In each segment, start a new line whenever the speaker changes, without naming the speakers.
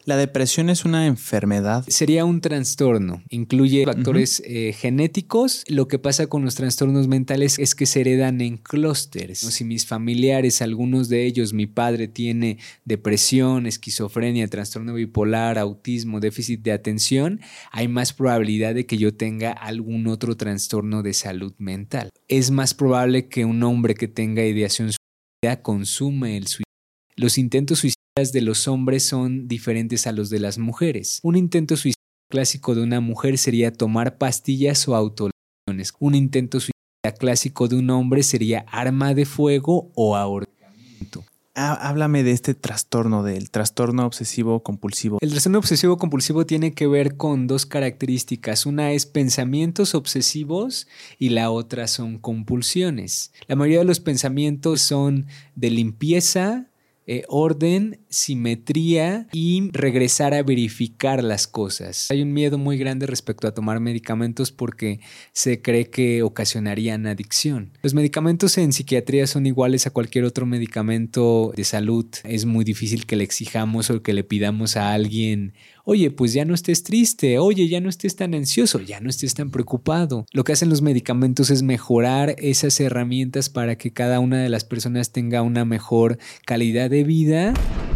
¿La depresión es una enfermedad?
Sería un trastorno. Incluye factores genéticos. Lo que pasa con los trastornos mentales es que se heredan en clústeres. Si mis familiares, algunos de ellos, mi padre tiene depresión, esquizofrenia, trastorno bipolar, autismo, déficit de atención, hay más probabilidad de que yo tenga algún otro trastorno de salud mental. Es más probable que un hombre que tenga ideación suicida consume el suicidio. Los intentos suicidas de los hombres son diferentes a los de las mujeres. Un intento suicida clásico de una mujer sería tomar pastillas o autolesiones. Un intento suicida clásico de un hombre sería arma de fuego o ahorcamiento.
Háblame de este trastorno, del trastorno obsesivo compulsivo.
El trastorno obsesivo compulsivo tiene que ver con dos características. Una es pensamientos obsesivos y la otra son compulsiones. La mayoría de los pensamientos son de limpieza, orden, simetría y regresar a verificar las cosas. Hay un miedo muy grande respecto a tomar medicamentos porque se cree que ocasionarían adicción. Los medicamentos en psiquiatría son iguales a cualquier otro medicamento de salud. Es muy difícil que le exijamos o que le pidamos a alguien: oye, pues ya no estés triste, oye, ya no estés tan ansioso, ya no estés tan preocupado. Lo que hacen los medicamentos es mejorar esas herramientas para que cada una de las personas tenga una mejor calidad de vida.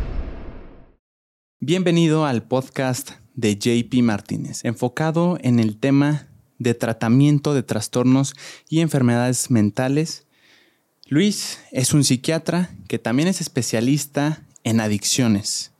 Bienvenido al podcast de JP Martínez, enfocado en el tema de tratamiento de trastornos y enfermedades mentales. Luis es un psiquiatra que también es especialista en adicciones.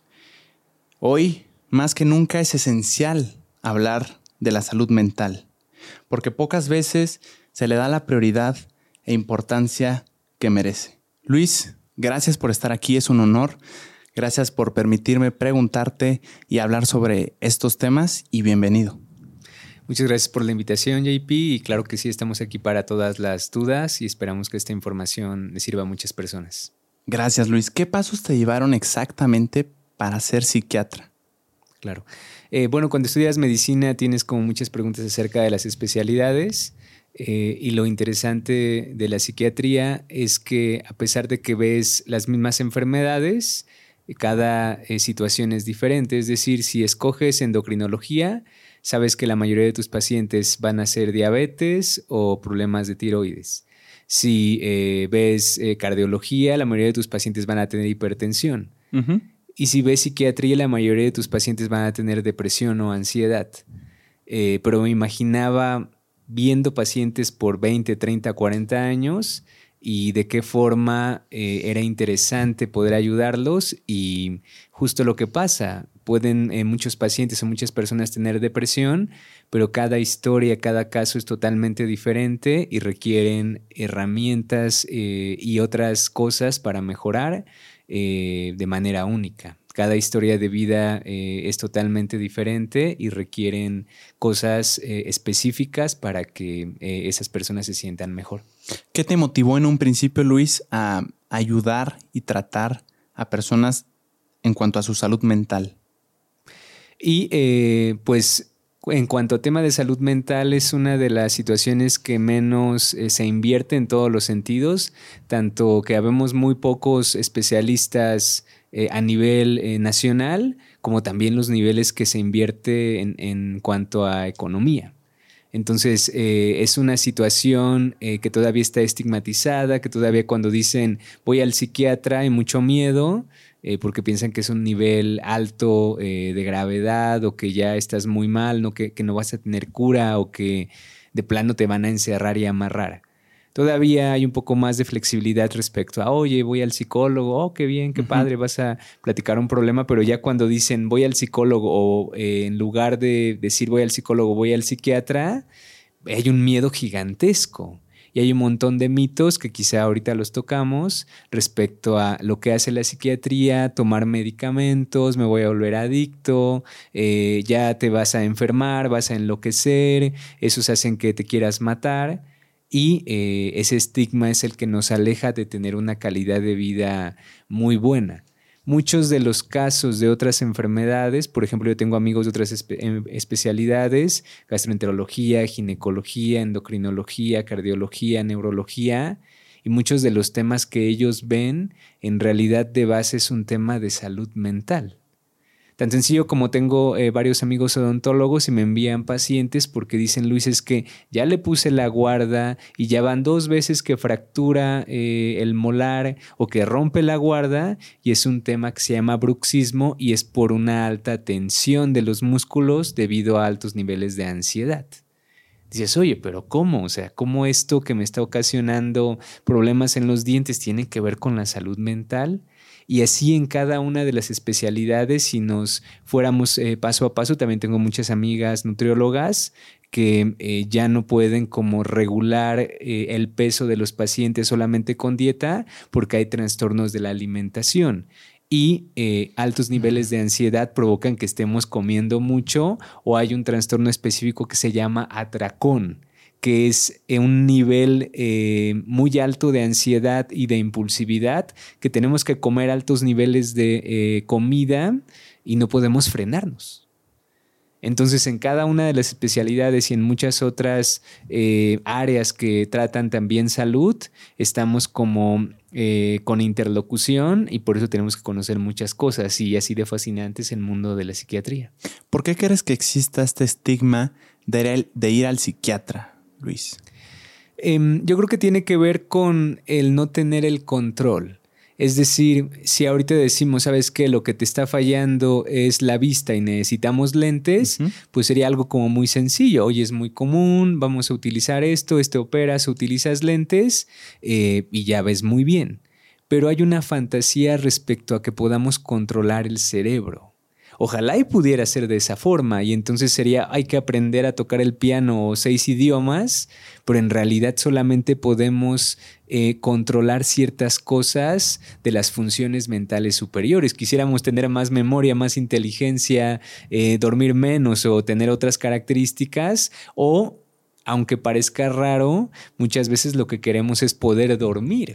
Hoy, más que nunca, es esencial hablar de la salud mental, porque pocas veces se le da la prioridad e importancia que merece. Luis, gracias por estar aquí, es un honor. Gracias por permitirme preguntarte y hablar sobre estos temas y bienvenido.
Muchas gracias por la invitación, JP, y claro que sí, estamos aquí para todas las dudas y esperamos que esta información le sirva a muchas personas.
Gracias, Luis. ¿Qué pasos te llevaron exactamente para ser psiquiatra?
Claro. Bueno, cuando estudias medicina tienes como muchas preguntas acerca de las especialidades y lo interesante de la psiquiatría es que a pesar de que ves las mismas enfermedades, cada situación es diferente. Es decir, si escoges endocrinología, sabes que la mayoría de tus pacientes van a ser diabetes o problemas de tiroides. Si ves cardiología, la mayoría de tus pacientes van a tener hipertensión. Uh-huh. Y si ves psiquiatría, la mayoría de tus pacientes van a tener depresión o ansiedad. Pero me imaginaba viendo pacientes por 20, 30, 40 años y de qué forma era interesante poder ayudarlos, y justo lo que pasa, pueden muchos pacientes o muchas personas tener depresión, pero cada historia, cada caso es totalmente diferente y requieren herramientas y otras cosas para mejorar de manera única. Cada historia de vida es totalmente diferente y requieren cosas específicas para que esas personas se sientan mejor.
¿Qué te motivó en un principio, Luis, a ayudar y tratar a personas en cuanto a su salud mental?
Y pues en cuanto a tema de salud mental, es una de las situaciones que menos se invierte en todos los sentidos, tanto que habemos muy pocos especialistas a nivel nacional, como también los niveles que se invierte en cuanto a economía. Entonces es una situación que todavía está estigmatizada, que todavía cuando dicen voy al psiquiatra hay mucho miedo porque piensan que es un nivel alto de gravedad, o que ya estás muy mal, ¿no? Que no vas a tener cura, o que de plano te van a encerrar y amarrar. Todavía hay un poco más de flexibilidad respecto a, oye, voy al psicólogo, oh, qué bien, qué padre, vas a platicar un problema, pero ya cuando dicen voy al psicólogo, o en lugar de decir voy al psicólogo, voy al psiquiatra, hay un miedo gigantesco. Y hay un montón de mitos que quizá ahorita los tocamos respecto a lo que hace la psiquiatría: tomar medicamentos, me voy a volver adicto, ya te vas a enfermar, vas a enloquecer, esos hacen que te quieras matar. Y ese estigma es el que nos aleja de tener una calidad de vida muy buena. Muchos de los casos de otras enfermedades, por ejemplo, yo tengo amigos de otras especialidades: gastroenterología, ginecología, endocrinología, cardiología, neurología, y muchos de los temas que ellos ven en realidad de base es un tema de salud mental. Tan sencillo como tengo varios amigos odontólogos y me envían pacientes porque dicen, Luis, es que ya le puse la guarda y ya van 2 veces que fractura el molar o que rompe la guarda, y es un tema que se llama bruxismo y es por una alta tensión de los músculos debido a altos niveles de ansiedad. Dices, oye, pero ¿cómo? O sea, ¿cómo esto que me está ocasionando problemas en los dientes tiene que ver con la salud mental? Y así en cada una de las especialidades, si nos fuéramos paso a paso, también tengo muchas amigas nutriólogas que ya no pueden como regular el peso de los pacientes solamente con dieta porque hay trastornos de la alimentación. Y altos niveles de ansiedad provocan que estemos comiendo mucho, o hay un trastorno específico que se llama atracón, que es un nivel muy alto de ansiedad y de impulsividad, que tenemos que comer altos niveles de comida y no podemos frenarnos. Entonces, en cada una de las especialidades y en muchas otras áreas que tratan también salud, estamos como con interlocución, y por eso tenemos que conocer muchas cosas, y así de fascinante es el mundo de la psiquiatría.
¿Por qué crees que exista este estigma de ir al psiquiatra, Luis?
Yo creo que tiene que ver con el no tener el control. Es decir, si ahorita decimos, ¿sabes qué? Lo que te está fallando es la vista y necesitamos lentes, pues sería algo como muy sencillo. Oye, es muy común, vamos a utilizar esto, operas, utilizas lentes y ya ves muy bien. Pero hay una fantasía respecto a que podamos controlar el cerebro. Ojalá y pudiera ser de esa forma, y entonces sería, hay que aprender a tocar el piano o 6 idiomas, pero en realidad solamente podemos controlar ciertas cosas de las funciones mentales superiores. Quisiéramos tener más memoria, más inteligencia, dormir menos o tener otras características, o, aunque parezca raro, muchas veces lo que queremos es poder dormir.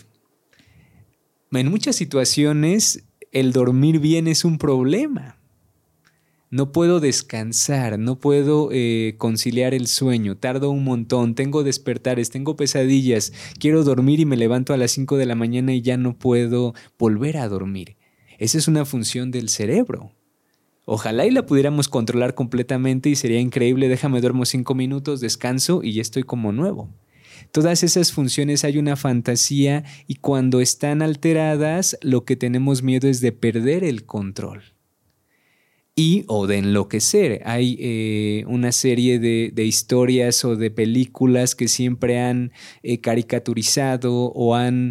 En muchas situaciones, el dormir bien es un problema. No puedo descansar, no puedo conciliar el sueño, tardo un montón, tengo despertares, tengo pesadillas, quiero dormir y me levanto a las 5 de la mañana y ya no puedo volver a dormir. Esa es una función del cerebro. Ojalá y la pudiéramos controlar completamente y sería increíble. Déjame duermo 5 minutos, descanso y ya estoy como nuevo. Todas esas funciones hay una fantasía, y cuando están alteradas lo que tenemos miedo es de perder el control. O de enloquecer. Hay una serie de historias o de películas que siempre han caricaturizado o han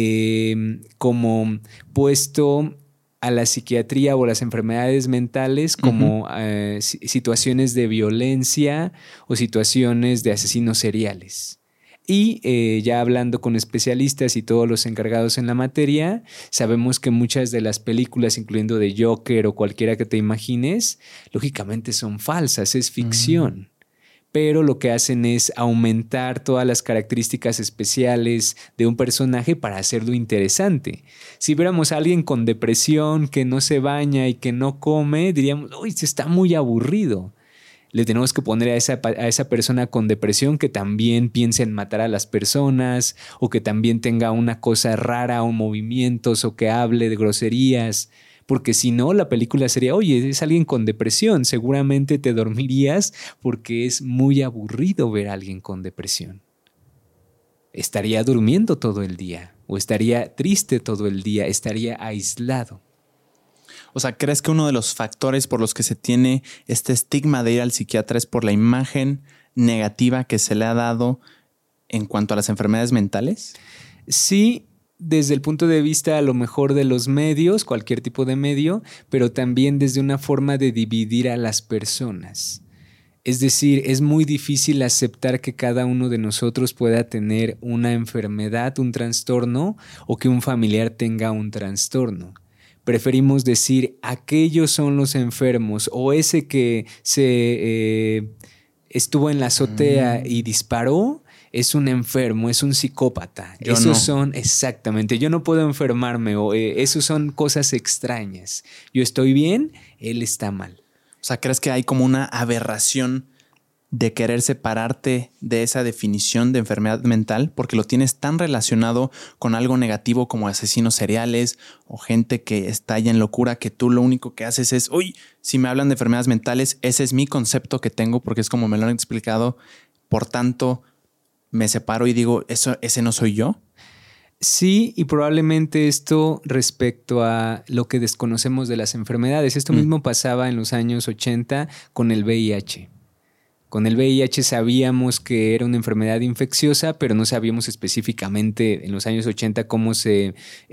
como puesto a la psiquiatría o las enfermedades mentales como situaciones de violencia o situaciones de asesinos seriales. Y ya hablando con especialistas y todos los encargados en la materia, sabemos que muchas de las películas, incluyendo de Joker o cualquiera que te imagines, lógicamente son falsas, es ficción. Pero lo que hacen es aumentar todas las características especiales de un personaje para hacerlo interesante. Si viéramos a alguien con depresión, que no se baña y que no come, diríamos, uy, está muy aburrido. Le tenemos que poner a esa persona con depresión que también piense en matar a las personas, o que también tenga una cosa rara o movimientos, o que hable de groserías, porque si no, la película sería, oye, es alguien con depresión, seguramente te dormirías porque es muy aburrido ver a alguien con depresión. Estaría durmiendo todo el día, o estaría triste todo el día, estaría aislado.
O sea, ¿crees que uno de los factores por los que se tiene este estigma de ir al psiquiatra es por la imagen negativa que se le ha dado en cuanto a las enfermedades mentales?
Sí, desde el punto de vista a lo mejor de los medios, cualquier tipo de medio, pero también desde una forma de dividir a las personas. Es decir, es muy difícil aceptar que cada uno de nosotros pueda tener una enfermedad, un trastorno, o que un familiar tenga un trastorno. Preferimos decir, aquellos son los enfermos, o ese que se estuvo en la azotea y disparó, es un enfermo, es un psicópata. Esos son, exactamente, yo no puedo enfermarme, o esos son cosas extrañas. Yo estoy bien, él está mal.
O sea, ¿crees que hay como una aberración de querer separarte de esa definición de enfermedad mental porque lo tienes tan relacionado con algo negativo como asesinos seriales o gente que estalla en locura que tú lo único que haces es, uy, si me hablan de enfermedades mentales, ese es mi concepto que tengo porque es como me lo han explicado, por tanto me separo y digo, ese no soy yo?
Sí, y probablemente esto respecto a lo que desconocemos de las enfermedades. Esto mismo pasaba en los años 80 con el VIH. Con el VIH sabíamos que era una enfermedad infecciosa, pero no sabíamos específicamente en los años 80 cómo se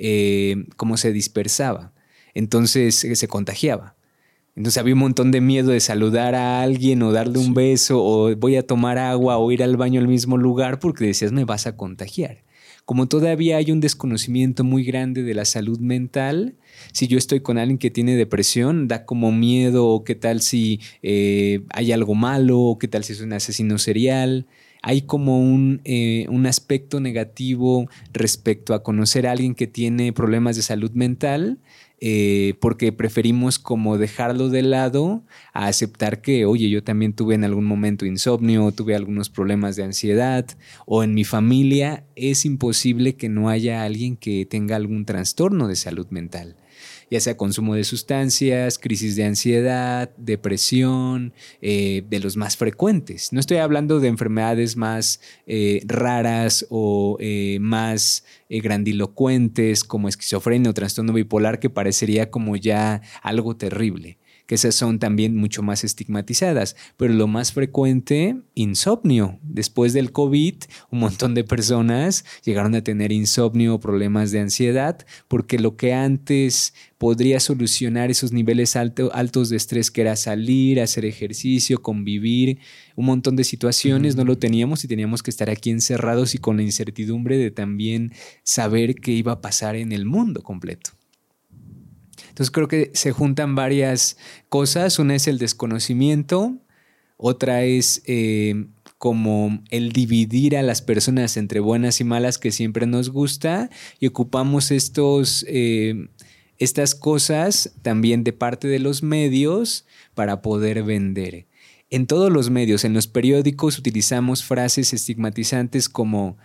dispersaba. Entonces se contagiaba. Entonces había un montón de miedo de saludar a alguien o darle un beso o voy a tomar agua o ir al baño al mismo lugar porque decías me vas a contagiar. Como todavía hay un desconocimiento muy grande de la salud mental, si yo estoy con alguien que tiene depresión, da como miedo, o qué tal si hay algo malo, o qué tal si es un asesino serial. Hay como un aspecto negativo respecto a conocer a alguien que tiene problemas de salud mental, porque preferimos como dejarlo de lado a aceptar que, oye, yo también tuve en algún momento insomnio, tuve algunos problemas de ansiedad, o en mi familia es imposible que no haya alguien que tenga algún trastorno de salud mental, ya sea consumo de sustancias, crisis de ansiedad, depresión, de los más frecuentes. No estoy hablando de enfermedades más raras o más grandilocuentes como esquizofrenia o trastorno bipolar, que parecería como ya algo terrible, que esas son también mucho más estigmatizadas, pero lo más frecuente, insomnio. Después del COVID, un montón de personas llegaron a tener insomnio o problemas de ansiedad, porque lo que antes podría solucionar esos niveles altos de estrés, que era salir, hacer ejercicio, convivir, un montón de situaciones, no lo teníamos y teníamos que estar aquí encerrados y con la incertidumbre de también saber qué iba a pasar en el mundo completo. Entonces creo que se juntan varias cosas. Una es el desconocimiento, otra es como el dividir a las personas entre buenas y malas, que siempre nos gusta, y ocupamos estas cosas también de parte de los medios para poder vender. En todos los medios, en los periódicos, utilizamos frases estigmatizantes como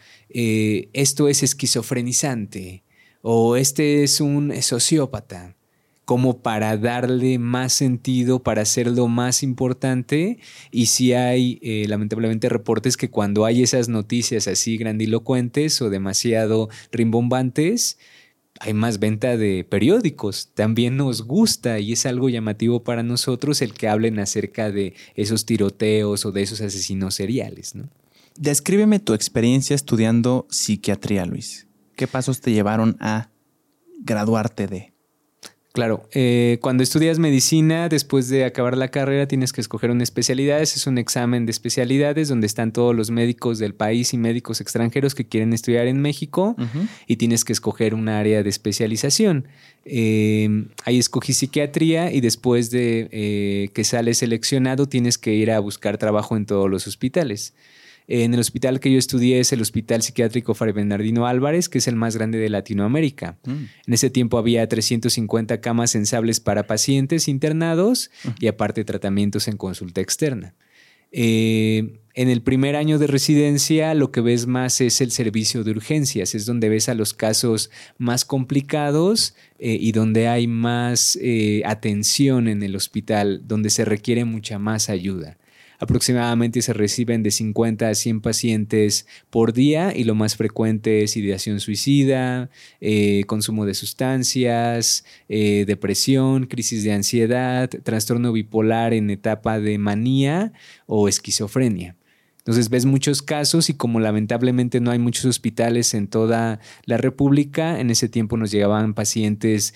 esto es esquizofrenizante o este es un sociópata, como para darle más sentido, para hacerlo más importante. Y sí hay lamentablemente reportes que cuando hay esas noticias así grandilocuentes o demasiado rimbombantes, hay más venta de periódicos. También nos gusta y es algo llamativo para nosotros el que hablen acerca de esos tiroteos o de esos asesinos seriales, ¿no?
Descríbeme tu experiencia estudiando psiquiatría, Luis. ¿Qué pasos te llevaron a graduarte de?
Claro, cuando estudias medicina, después de acabar la carrera tienes que escoger una especialidad. Es un examen de especialidades donde están todos los médicos del país y médicos extranjeros que quieren estudiar en México, y tienes que escoger un área de especialización. Ahí escogí psiquiatría y después de que sales seleccionado tienes que ir a buscar trabajo en todos los hospitales. En el hospital que yo estudié es el Hospital Psiquiátrico Fray Bernardino Álvarez, que es el más grande de Latinoamérica. En ese tiempo había 350 camas sensibles para pacientes internados y aparte tratamientos en consulta externa. En el primer año de residencia lo que ves más es el servicio de urgencias, es donde ves a los casos más complicados y donde hay más atención en el hospital, donde se requiere mucha más ayuda. Aproximadamente se reciben de 50 a 100 pacientes por día y lo más frecuente es ideación suicida, consumo de sustancias, depresión, crisis de ansiedad, trastorno bipolar en etapa de manía o esquizofrenia. Entonces ves muchos casos y como lamentablemente no hay muchos hospitales en toda la República, en ese tiempo nos llegaban pacientes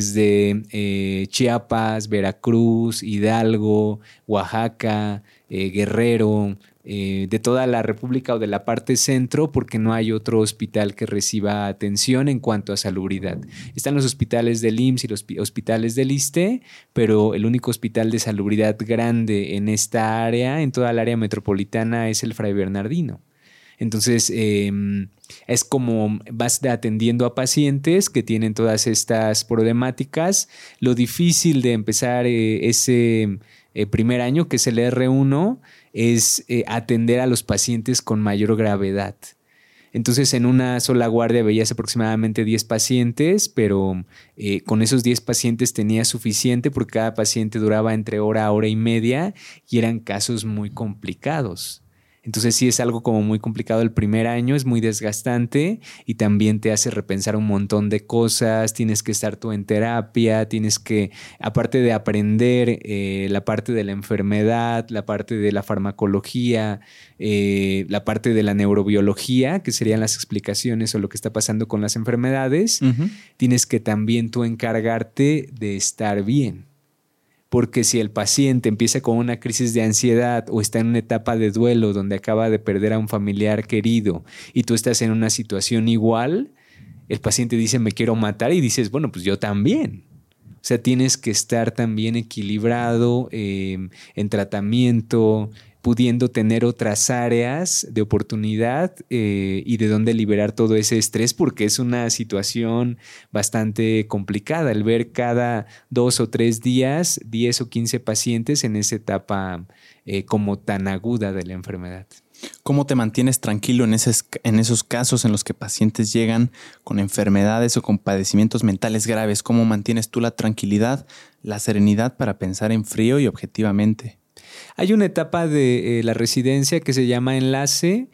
desde Chiapas, Veracruz, Hidalgo, Oaxaca, Guerrero, de toda la República o de la parte centro, porque no hay otro hospital que reciba atención en cuanto a salubridad. Están los hospitales del IMSS y los hospitales del ISSSTE, pero el único hospital de salubridad grande en esta área, en toda el área metropolitana, es el Fray Bernardino. Entonces, es como vas atendiendo a pacientes que tienen todas estas problemáticas. Lo difícil de empezar ese primer año, que es el R1, es atender a los pacientes con mayor gravedad. Entonces, en una sola guardia veías aproximadamente 10 pacientes, pero con esos 10 pacientes tenías suficiente porque cada paciente duraba entre hora a hora y media y eran casos muy complicados. Entonces sí es algo como muy complicado el primer año, es muy desgastante y también te hace repensar un montón de cosas, tienes que estar tú en terapia, tienes que, aparte de aprender la parte de la enfermedad, la parte de la farmacología, la parte de la neurobiología, que serían las explicaciones o lo que está pasando con las enfermedades, tienes que también tú encargarte de estar bien. Porque si el paciente empieza con una crisis de ansiedad o está en una etapa de duelo donde acaba de perder a un familiar querido y tú estás en una situación igual, el paciente dice me quiero matar y dices, bueno, pues yo también. O sea, tienes que estar también equilibrado en tratamiento, pudiendo tener otras áreas de oportunidad y de dónde liberar todo ese estrés, porque es una situación bastante complicada el ver cada 2 o 3 días 10 o 15 pacientes en esa etapa como tan aguda de la enfermedad.
¿Cómo te mantienes tranquilo en esos casos en los que pacientes llegan con enfermedades o con padecimientos mentales graves? ¿Cómo mantienes tú la tranquilidad, la serenidad para pensar en frío y objetivamente?
Hay una etapa de la residencia que se llama enlace,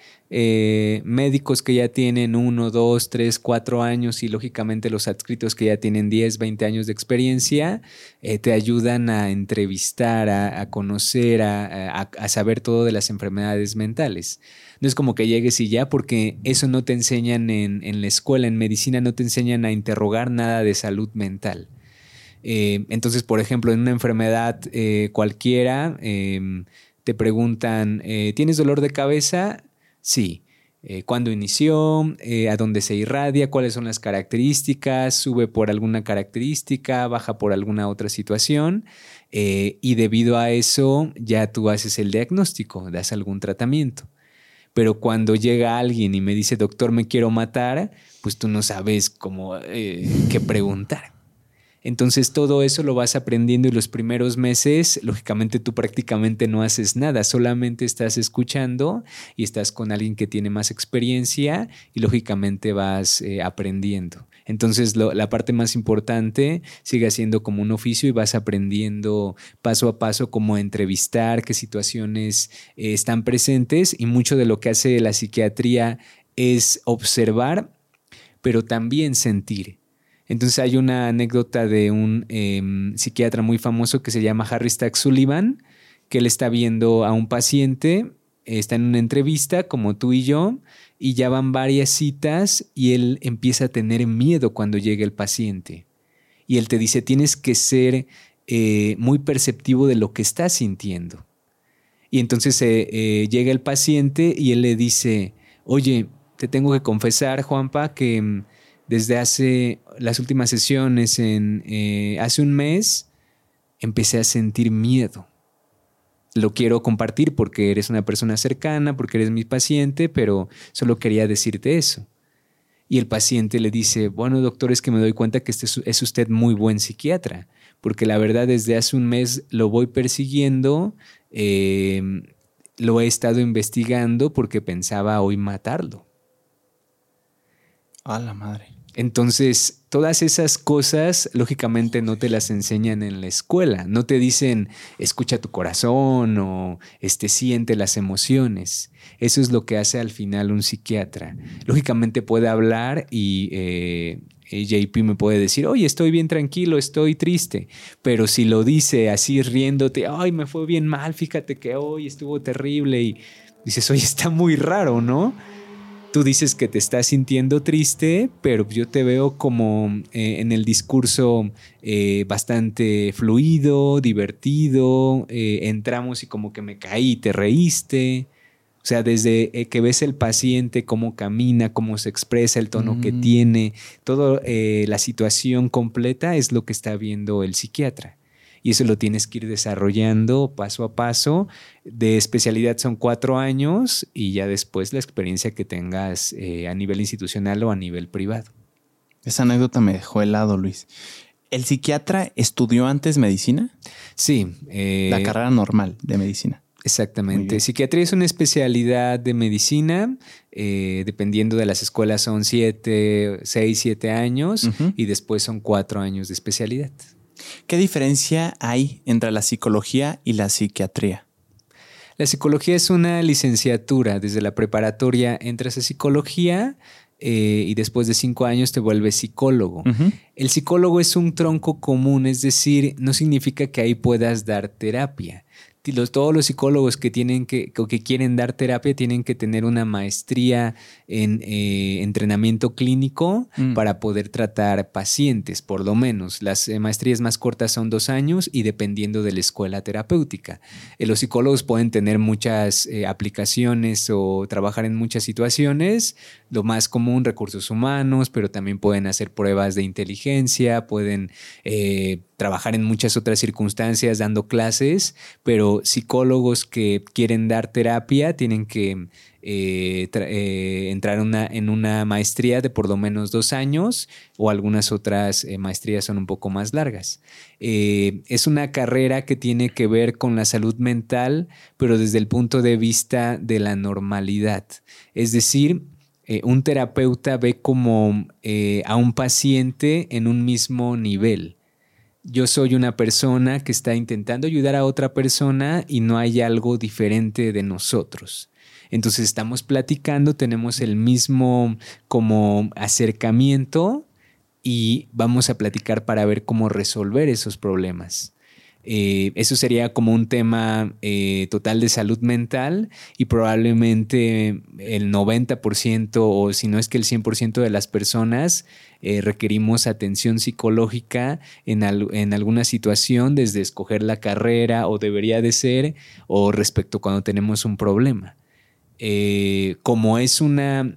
médicos que ya tienen 1, 2, 3, 4 años y lógicamente los adscritos que ya tienen 10, 20 años de experiencia, te ayudan a entrevistar, a conocer, a saber todo de las enfermedades mentales. No es como que llegues y ya, porque eso no te enseñan en la escuela, en medicina no te enseñan a interrogar nada de salud mental. Entonces, por ejemplo, en una enfermedad cualquiera, te preguntan, ¿tienes dolor de cabeza? Sí. ¿Cuándo inició? ¿A dónde se irradia? ¿Cuáles son las características? ¿Sube por alguna característica? ¿Baja por alguna otra situación? Y debido a eso ya tú haces el diagnóstico, das algún tratamiento. Pero cuando llega alguien y me dice, doctor, me quiero matar, pues tú no sabes cómo, qué preguntar. Entonces todo eso lo vas aprendiendo y los primeros meses, lógicamente tú prácticamente no haces nada, solamente estás escuchando y estás con alguien que tiene más experiencia y lógicamente vas aprendiendo. Entonces la parte más importante sigue siendo como un oficio y vas aprendiendo paso a paso cómo entrevistar, qué situaciones están presentes, y mucho de lo que hace la psiquiatría es observar, pero también sentir. Entonces hay una anécdota de un psiquiatra muy famoso que se llama Harry Stack Sullivan, que él está viendo a un paciente, está en una entrevista como tú y yo, y ya van varias citas y él empieza a tener miedo cuando llega el paciente. Y él te dice, tienes que ser muy perceptivo de lo que estás sintiendo. Y entonces llega el paciente y él le dice, oye, te tengo que confesar, Juanpa, que desde hace las últimas sesiones, hace un mes, empecé a sentir miedo. Lo quiero compartir porque eres una persona cercana, porque eres mi paciente, pero solo quería decirte eso. Y el paciente le dice, bueno, doctor, es que me doy cuenta que es usted muy buen psiquiatra, porque la verdad desde hace un mes lo voy persiguiendo, lo he estado investigando porque pensaba hoy matarlo.
¡A la madre!
Entonces, todas esas cosas, lógicamente, no te las enseñan en la escuela. No te dicen, escucha tu corazón o siente las emociones. Eso es lo que hace al final un psiquiatra. Lógicamente puede hablar y JP me puede decir, oye, estoy bien tranquilo, estoy triste. Pero si lo dice así riéndote, ay, me fue bien mal, fíjate que hoy estuvo terrible. Y dices, oye, está muy raro, ¿no? Tú dices que te estás sintiendo triste, pero yo te veo como en el discurso bastante fluido, divertido, entramos y como que me caí y te reíste. O sea, desde que ves el paciente, cómo camina, cómo se expresa, el tono que tiene, toda la situación completa es lo que está viendo el psiquiatra. Y eso lo tienes que ir desarrollando paso a paso. De especialidad son 4 años y ya después la experiencia que tengas a nivel institucional o a nivel privado.
Esa anécdota me dejó helado, Luis. ¿El psiquiatra estudió antes medicina?
Sí.
La carrera normal de medicina.
Exactamente. Psiquiatría es una especialidad de medicina, dependiendo de las escuelas son 6, 7 años y después son 4 años de especialidad.
¿Qué diferencia hay entre la psicología y la psiquiatría?
La psicología es una licenciatura. Desde la preparatoria entras a psicología y después de 5 años te vuelves psicólogo. El psicólogo es un tronco común, es decir, no significa que ahí puedas dar terapia. Todos los psicólogos que quieren dar terapia tienen que tener una maestría en entrenamiento clínico para poder tratar pacientes, por lo menos. Las maestrías más cortas son 2 años y dependiendo de la escuela terapéutica. Los psicólogos pueden tener muchas aplicaciones o trabajar en muchas situaciones. Lo más común, recursos humanos, pero también pueden hacer pruebas de inteligencia, pueden trabajar en muchas otras circunstancias dando clases, pero psicólogos que quieren dar terapia tienen que entrar en una maestría de por lo menos 2 años o algunas otras maestrías son un poco más largas. Es una carrera que tiene que ver con la salud mental, pero desde el punto de vista de la normalidad. Es decir, un terapeuta ve como a un paciente en un mismo nivel. Yo soy una persona que está intentando ayudar a otra persona y no hay algo diferente de nosotros. Entonces estamos platicando, tenemos el mismo como acercamiento y vamos a platicar para ver cómo resolver esos problemas. Eso sería como un tema total de salud mental y probablemente el 90% o si no es que el 100% de las personas requerimos atención psicológica en alguna situación, desde escoger la carrera o debería de ser o respecto cuando tenemos un problema. Como es una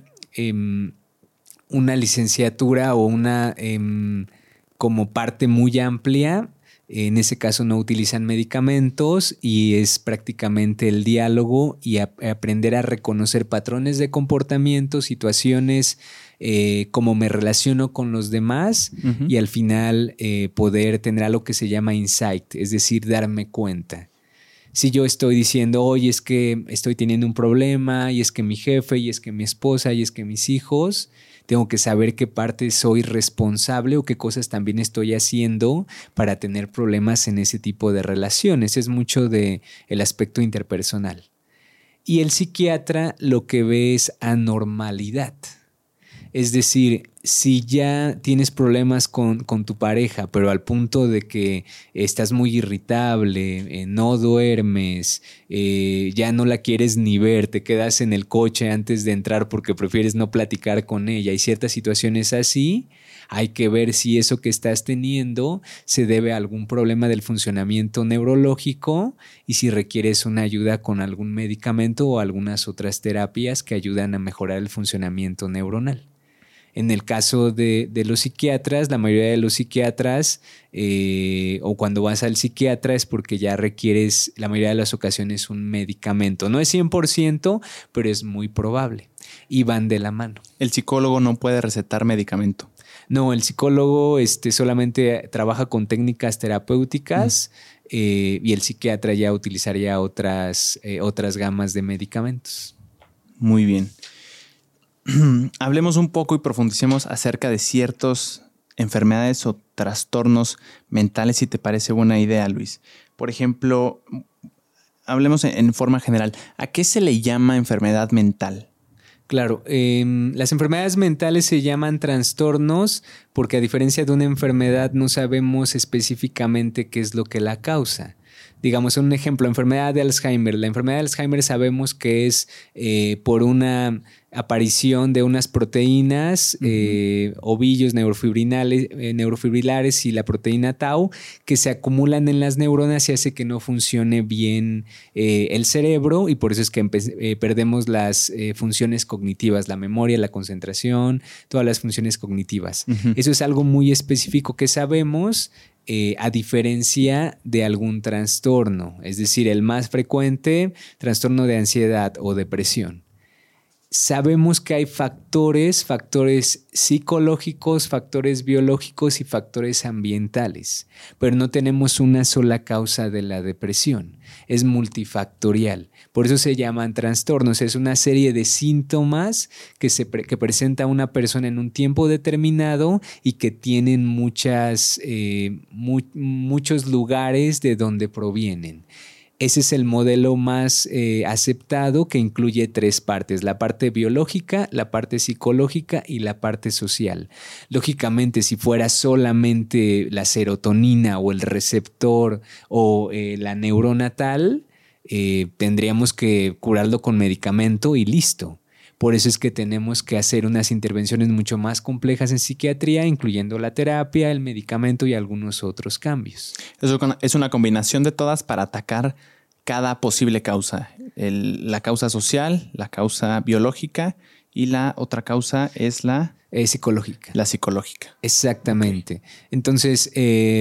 licenciatura o una como parte muy amplia, en ese caso no utilizan medicamentos y es prácticamente el diálogo y aprender a reconocer patrones de comportamiento, situaciones, cómo me relaciono con los demás y al final poder tener algo que se llama insight, es decir, darme cuenta. Si yo estoy diciendo, oye, es que estoy teniendo un problema y es que mi jefe y es que mi esposa y es que mis hijos, tengo que saber qué parte soy responsable o qué cosas también estoy haciendo para tener problemas en ese tipo de relaciones. Es mucho del aspecto interpersonal. Y el psiquiatra lo que ve es anormalidad. Es decir, si ya tienes problemas con tu pareja, pero al punto de que estás muy irritable, no duermes, ya no la quieres ni ver, te quedas en el coche antes de entrar porque prefieres no platicar con ella y ciertas situaciones así, hay que ver si eso que estás teniendo se debe a algún problema del funcionamiento neurológico y si requieres una ayuda con algún medicamento o algunas otras terapias que ayudan a mejorar el funcionamiento neuronal. En el caso de los psiquiatras, la mayoría de los psiquiatras o cuando vas al psiquiatra es porque ya requieres, la mayoría de las ocasiones, un medicamento. No es 100%, pero es muy probable y van de la mano.
¿El psicólogo no puede recetar medicamento?
No, el psicólogo solamente trabaja con técnicas terapéuticas y el psiquiatra ya utilizaría otras gamas de medicamentos.
Muy bien. Hablemos un poco y profundicemos acerca de ciertas enfermedades o trastornos mentales, si te parece buena idea, Luis. Por ejemplo, hablemos en forma general. ¿A qué se le llama enfermedad mental?
Claro, las enfermedades mentales se llaman trastornos porque a diferencia de una enfermedad no sabemos específicamente qué es lo que la causa. Digamos, un ejemplo, enfermedad de Alzheimer. La enfermedad de Alzheimer sabemos que es por una aparición de unas proteínas, ovillos neurofibrilares y la proteína tau que se acumulan en las neuronas y hace que no funcione bien el cerebro y por eso es que perdemos las funciones cognitivas, la memoria, la concentración, todas las funciones cognitivas. Eso es algo muy específico que sabemos. A diferencia de algún trastorno, es decir, el más frecuente, trastorno de ansiedad o depresión. sabemos que hay factores psicológicos, factores biológicos y factores ambientales, pero no tenemos una sola causa de la depresión. Es multifactorial. Por eso se llaman trastornos. Es una serie de síntomas que presenta una persona en un tiempo determinado y que tienen muchos lugares de donde provienen. Ese es el modelo más aceptado, que incluye 3 partes: la parte biológica, la parte psicológica y la parte social. Lógicamente, si fuera solamente la serotonina o el receptor o la neurona tal, tendríamos que curarlo con medicamento y listo. Por eso es que tenemos que hacer unas intervenciones mucho más complejas en psiquiatría, incluyendo la terapia, el medicamento y algunos otros cambios.
Eso es una combinación de todas para atacar cada posible causa. La causa social, la causa biológica y la otra causa es la
psicológica.
La psicológica.
Exactamente. Okay. Entonces,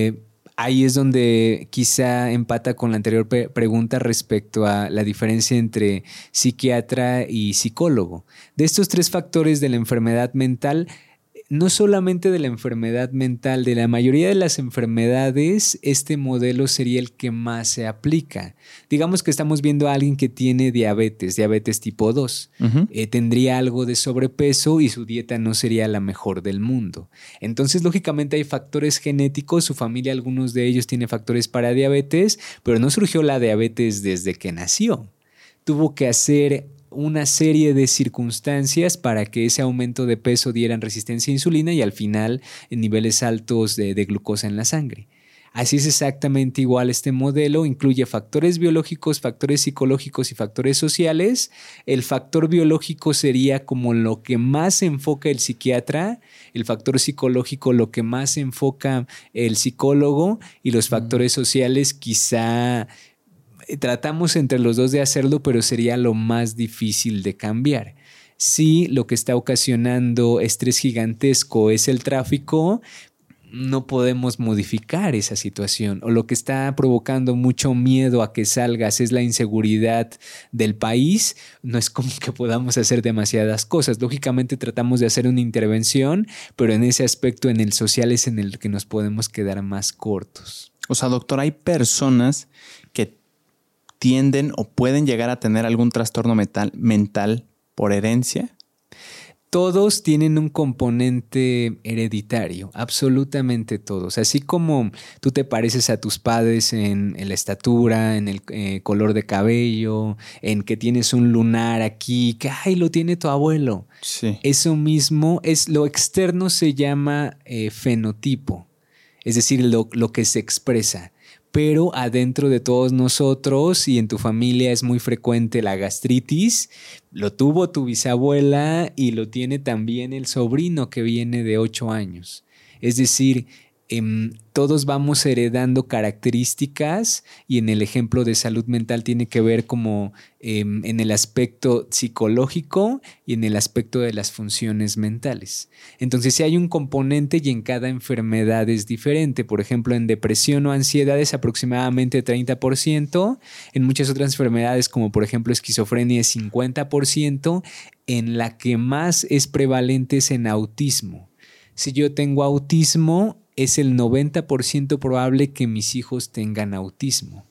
ahí es donde quizá empata con la anterior pregunta respecto a la diferencia entre psiquiatra y psicólogo. De estos 3 factores de la enfermedad mental, no solamente de la enfermedad mental, de la mayoría de las enfermedades, este modelo sería el que más se aplica. Digamos que estamos viendo a alguien que tiene diabetes tipo 2. Uh-huh. Tendría algo de sobrepeso y su dieta no sería la mejor del mundo. Entonces, lógicamente hay factores genéticos. Su familia, algunos de ellos tienen factores para diabetes, pero no surgió la diabetes desde que nació. Tuvo que hacer una serie de circunstancias para que ese aumento de peso dieran resistencia a insulina y al final en niveles altos de glucosa en la sangre. Así es exactamente igual este modelo, incluye factores biológicos, factores psicológicos y factores sociales. El factor biológico sería como lo que más enfoca el psiquiatra, el factor psicológico lo que más enfoca el psicólogo y los factores sociales quizá tratamos entre los dos de hacerlo, pero sería lo más difícil de cambiar. Si lo que está ocasionando estrés gigantesco es el tráfico, no podemos modificar esa situación. O lo que está provocando mucho miedo a que salgas es la inseguridad del país, no es como que podamos hacer demasiadas cosas. Lógicamente tratamos de hacer una intervención, pero en ese aspecto, en el social, es en el que nos podemos quedar más cortos.
O sea, doctor, hay personas que tienden o pueden llegar a tener algún trastorno mental por herencia.
Todos tienen un componente hereditario, absolutamente todos. Así como tú te pareces a tus padres en la estatura, en el color de cabello, en que tienes un lunar aquí, que ¡ay, lo tiene tu abuelo! Sí. Eso mismo es lo externo, se llama fenotipo, es decir, lo que se expresa. Pero adentro de todos nosotros y en tu familia es muy frecuente la gastritis. Lo tuvo tu bisabuela y lo tiene también el sobrino que viene de 8 años. Es decir, todos vamos heredando características y en el ejemplo de salud mental tiene que ver como en el aspecto psicológico y en el aspecto de las funciones mentales. Entonces, si hay un componente y en cada enfermedad es diferente. Por ejemplo, en depresión o ansiedad es aproximadamente 30%. En muchas otras enfermedades, como por ejemplo esquizofrenia, es 50%. En la que más es prevalente es en autismo. Si yo tengo autismo, es el 90% probable que mis hijos tengan autismo.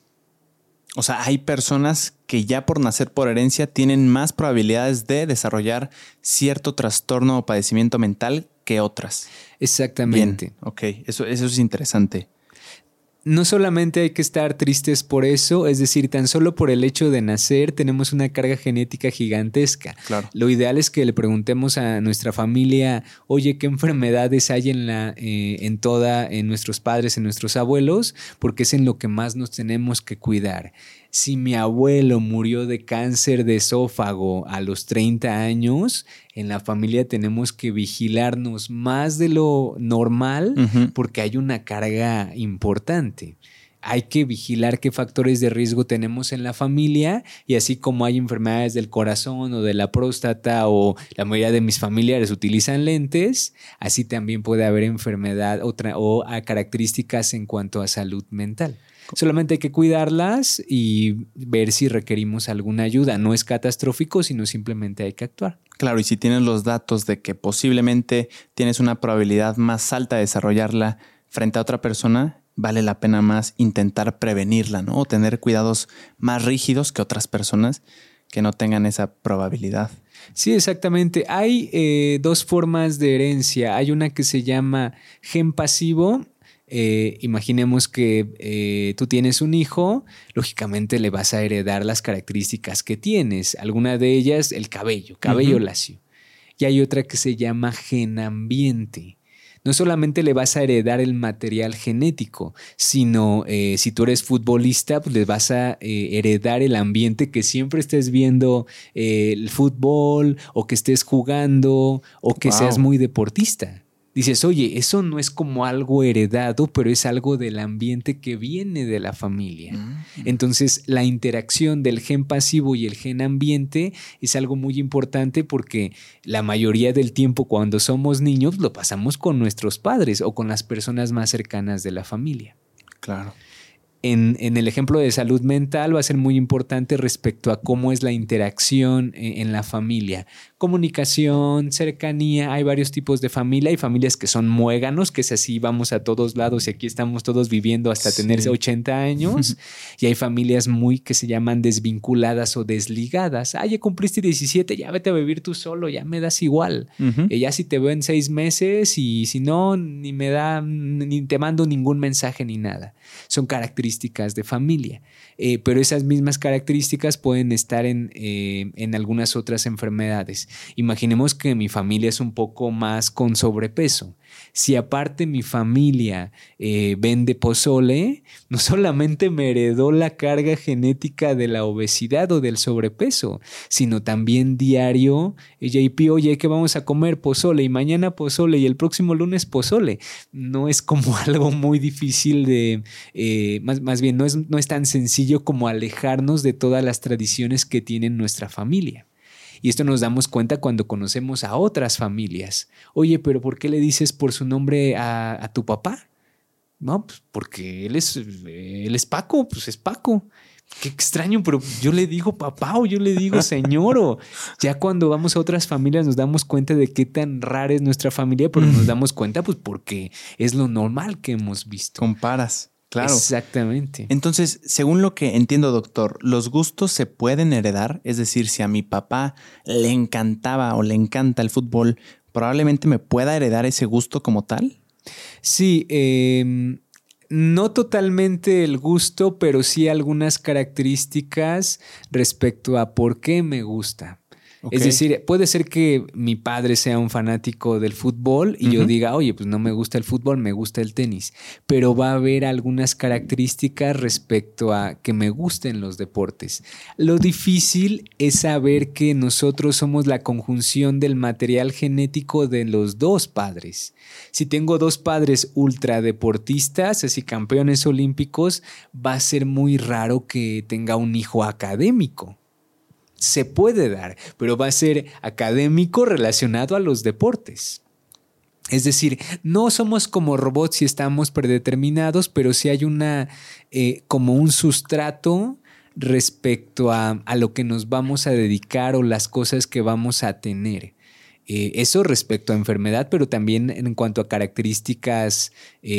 O sea, hay personas que ya por nacer por herencia tienen más probabilidades de desarrollar cierto trastorno o padecimiento mental que otras.
Exactamente.
Bien, ok, eso es interesante.
No solamente hay que estar tristes por eso, es decir, tan solo por el hecho de nacer tenemos una carga genética gigantesca.
Claro.
Lo ideal es que le preguntemos a nuestra familia, oye, ¿qué enfermedades hay en nuestros padres, en nuestros abuelos? Porque es en lo que más nos tenemos que cuidar. Si mi abuelo murió de cáncer de esófago a los 30 años, en la familia tenemos que vigilarnos más de lo normal porque hay una carga importante. Hay que vigilar qué factores de riesgo tenemos en la familia y así como hay enfermedades del corazón o de la próstata o la mayoría de mis familiares utilizan lentes, así también puede haber enfermedad o características en cuanto a salud mental. Solamente hay que cuidarlas y ver si requerimos alguna ayuda. No es catastrófico, sino simplemente hay que actuar.
Claro, y si tienes los datos de que posiblemente tienes una probabilidad más alta de desarrollarla frente a otra persona, vale la pena más intentar prevenirla, ¿no? O tener cuidados más rígidos que otras personas que no tengan esa probabilidad.
Sí, exactamente. Hay dos formas de herencia. Hay una que se llama gen pasivo. Imaginemos que tú tienes un hijo, lógicamente le vas a heredar las características que tienes. Alguna de ellas, el cabello lacio. Y hay otra que se llama gen ambiente. No solamente le vas a heredar el material genético, sino si tú eres futbolista, pues le vas a heredar el ambiente que siempre estés viendo el fútbol o que estés jugando o que seas muy deportista. Dices, oye, eso no es como algo heredado, pero es algo del ambiente que viene de la familia. Entonces, la interacción del gen pasivo y el gen ambiente es algo muy importante porque la mayoría del tiempo cuando somos niños lo pasamos con nuestros padres o con las personas más cercanas de la familia.
Claro.
En el ejemplo de salud mental va a ser muy importante respecto a cómo es la interacción en la familia. Comunicación, cercanía, hay varios tipos de familia. Hay familias que son muéganos, que es así, vamos a todos lados y aquí estamos todos viviendo hasta tener 80 años. Y hay familias muy que se llaman desvinculadas o desligadas. Ya cumpliste 17, ya vete a vivir tú solo, ya me das igual. Ya si te veo en 6 meses y si no, ni te mando ningún mensaje ni nada. Son características de familia, pero esas mismas características pueden estar en algunas otras enfermedades. Imaginemos que mi familia es un poco más con sobrepeso. Si aparte mi familia vende pozole, no solamente me heredó la carga genética de la obesidad o del sobrepeso, sino también diario, JP, oye, ¿qué vamos a comer? Pozole, y mañana pozole, y el próximo lunes pozole. No es como algo muy difícil de, más bien, no es tan sencillo como alejarnos de todas las tradiciones que tiene nuestra familia. Y esto nos damos cuenta cuando conocemos a otras familias. Oye, pero ¿por qué le dices por su nombre a tu papá? No, pues porque él es Paco, pues es Paco. Qué extraño, pero yo le digo papá o yo le digo señor. O ya cuando vamos a otras familias nos damos cuenta de qué tan rara es nuestra familia, pero nos damos cuenta pues porque es lo normal que hemos visto.
Comparas. Claro.
Exactamente.
Entonces, según lo que entiendo, doctor, ¿los gustos se pueden heredar? Es decir, si a mi papá le encantaba o le encanta el fútbol, ¿probablemente me pueda heredar ese gusto como tal?
Sí, no totalmente el gusto, pero sí algunas características respecto a por qué me gusta. Okay. Es decir, puede ser que mi padre sea un fanático del fútbol y yo diga, oye, pues no me gusta el fútbol, me gusta el tenis. Pero va a haber algunas características respecto a que me gusten los deportes. Lo difícil es saber que nosotros somos la conjunción del material genético de los dos padres. Si tengo dos padres ultradeportistas, así campeones olímpicos, va a ser muy raro que tenga un hijo académico. Se puede dar, pero va a ser académico relacionado a los deportes. Es decir, no somos como robots y estamos predeterminados, pero sí hay como un sustrato respecto a lo que nos vamos a dedicar o las cosas que vamos a tener. Eso respecto a enfermedad, pero también en cuanto a características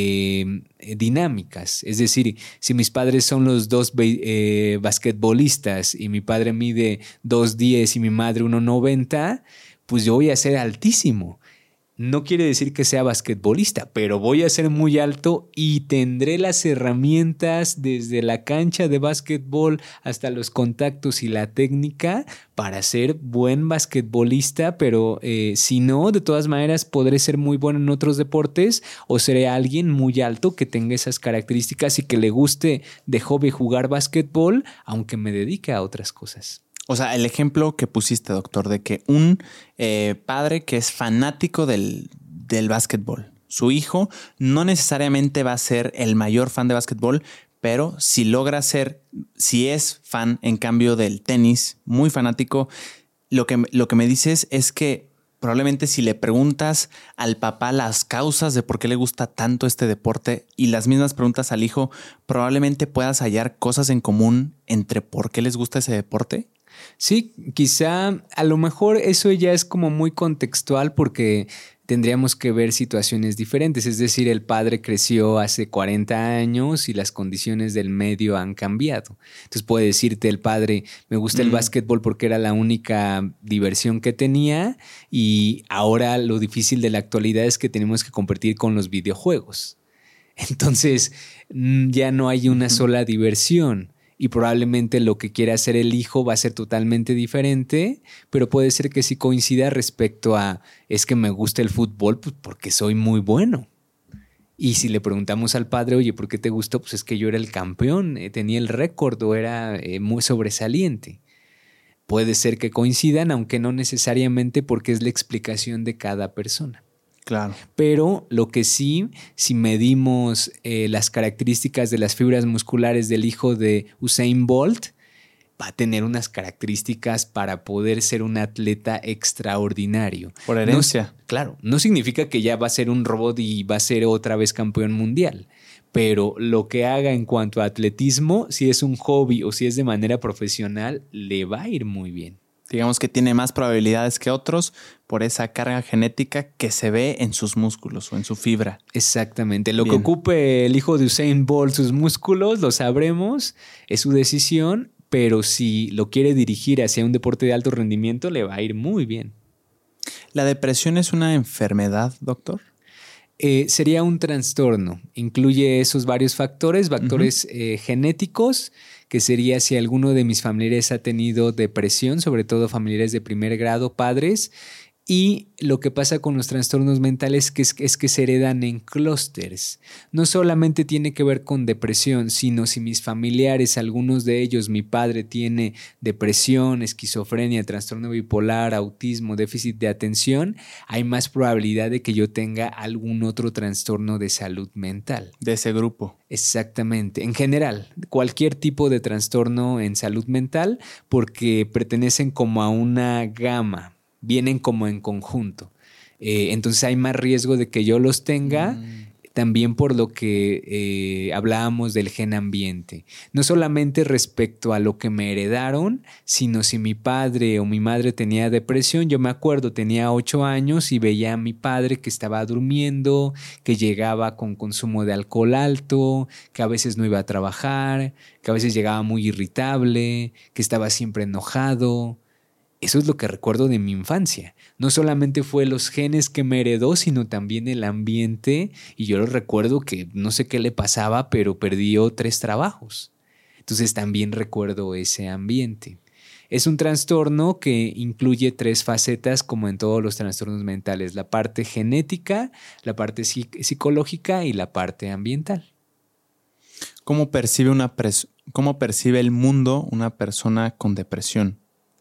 dinámicas. Es decir, si mis padres son los dos basquetbolistas y mi padre mide 2.10 y mi madre 1.90, pues yo voy a ser altísimo. No quiere decir que sea basquetbolista, pero voy a ser muy alto y tendré las herramientas desde la cancha de básquetbol hasta los contactos y la técnica para ser buen basquetbolista, pero si no, de todas maneras podré ser muy bueno en otros deportes o seré alguien muy alto que tenga esas características y que le guste de hobby jugar básquetbol, aunque me dedique a otras cosas.
O sea, el ejemplo que pusiste, doctor, de que un padre que es fanático del básquetbol, su hijo no necesariamente va a ser el mayor fan de básquetbol, pero si logra ser, si es fan, en cambio, del tenis, muy fanático, lo que me dices es que probablemente si le preguntas al papá las causas de por qué le gusta tanto este deporte y las mismas preguntas al hijo, probablemente puedas hallar cosas en común entre por qué les gusta ese deporte.
Sí, quizá a lo mejor eso ya es como muy contextual porque tendríamos que ver situaciones diferentes. Es decir, el padre creció hace 40 años y las condiciones del medio han cambiado. Entonces puede decirte el padre, me gusta el básquetbol porque era la única diversión que tenía y ahora lo difícil de la actualidad es que tenemos que competir con los videojuegos. Entonces ya no hay una sola diversión. Y probablemente lo que quiera hacer el hijo va a ser totalmente diferente, pero puede ser que sí coincida respecto a, es que me gusta el fútbol pues porque soy muy bueno. Y si le preguntamos al padre, oye, ¿por qué te gustó? Pues es que yo era el campeón, tenía el récord o era muy sobresaliente. Puede ser que coincidan, aunque no necesariamente porque es la explicación de cada persona.
Claro.
Pero lo que sí, si medimos las características de las fibras musculares del hijo de Usain Bolt, va a tener unas características para poder ser un atleta extraordinario.
Por herencia.
Claro, no significa que ya va a ser un robot y va a ser otra vez campeón mundial, pero lo que haga en cuanto a atletismo, si es un hobby o si es de manera profesional, le va a ir muy bien.
Digamos que tiene más probabilidades que otros por esa carga genética que se ve en sus músculos o en su fibra.
Exactamente. Lo que ocupe el hijo de Usain Bolt, sus músculos, lo sabremos, es su decisión, pero si lo quiere dirigir hacia un deporte de alto rendimiento, le va a ir muy bien.
¿La depresión es una enfermedad, doctor?
Sería un trastorno. Incluye esos varios factores genéticos, que sería si alguno de mis familiares ha tenido depresión, sobre todo familiares de primer grado, padres. Y lo que pasa con los trastornos mentales es que se heredan en clústeres. No solamente tiene que ver con depresión, sino si mis familiares, algunos de ellos, mi padre tiene depresión, esquizofrenia, trastorno bipolar, autismo, déficit de atención, hay más probabilidad de que yo tenga algún otro trastorno de salud mental.
De ese grupo.
Exactamente. En general, cualquier tipo de trastorno en salud mental, porque pertenecen como a una gama. Vienen como en conjunto. Entonces hay más riesgo de que yo los tenga, también por lo que hablábamos del gen ambiente. No solamente respecto a lo que me heredaron, sino si mi padre o mi madre tenía depresión. Yo me acuerdo, tenía 8 años y veía a mi padre que estaba durmiendo, que llegaba con consumo de alcohol alto, que a veces no iba a trabajar, que a veces llegaba muy irritable, que estaba siempre enojado. Eso es lo que recuerdo de mi infancia. No solamente fue los genes que me heredó, sino también el ambiente. Y yo lo recuerdo que no sé qué le pasaba, pero perdió 3 trabajos. Entonces también recuerdo ese ambiente. Es un trastorno que incluye 3 facetas, como en todos los trastornos mentales: la parte genética, la parte psicológica y la parte ambiental.
¿Cómo percibe el mundo una persona con depresión?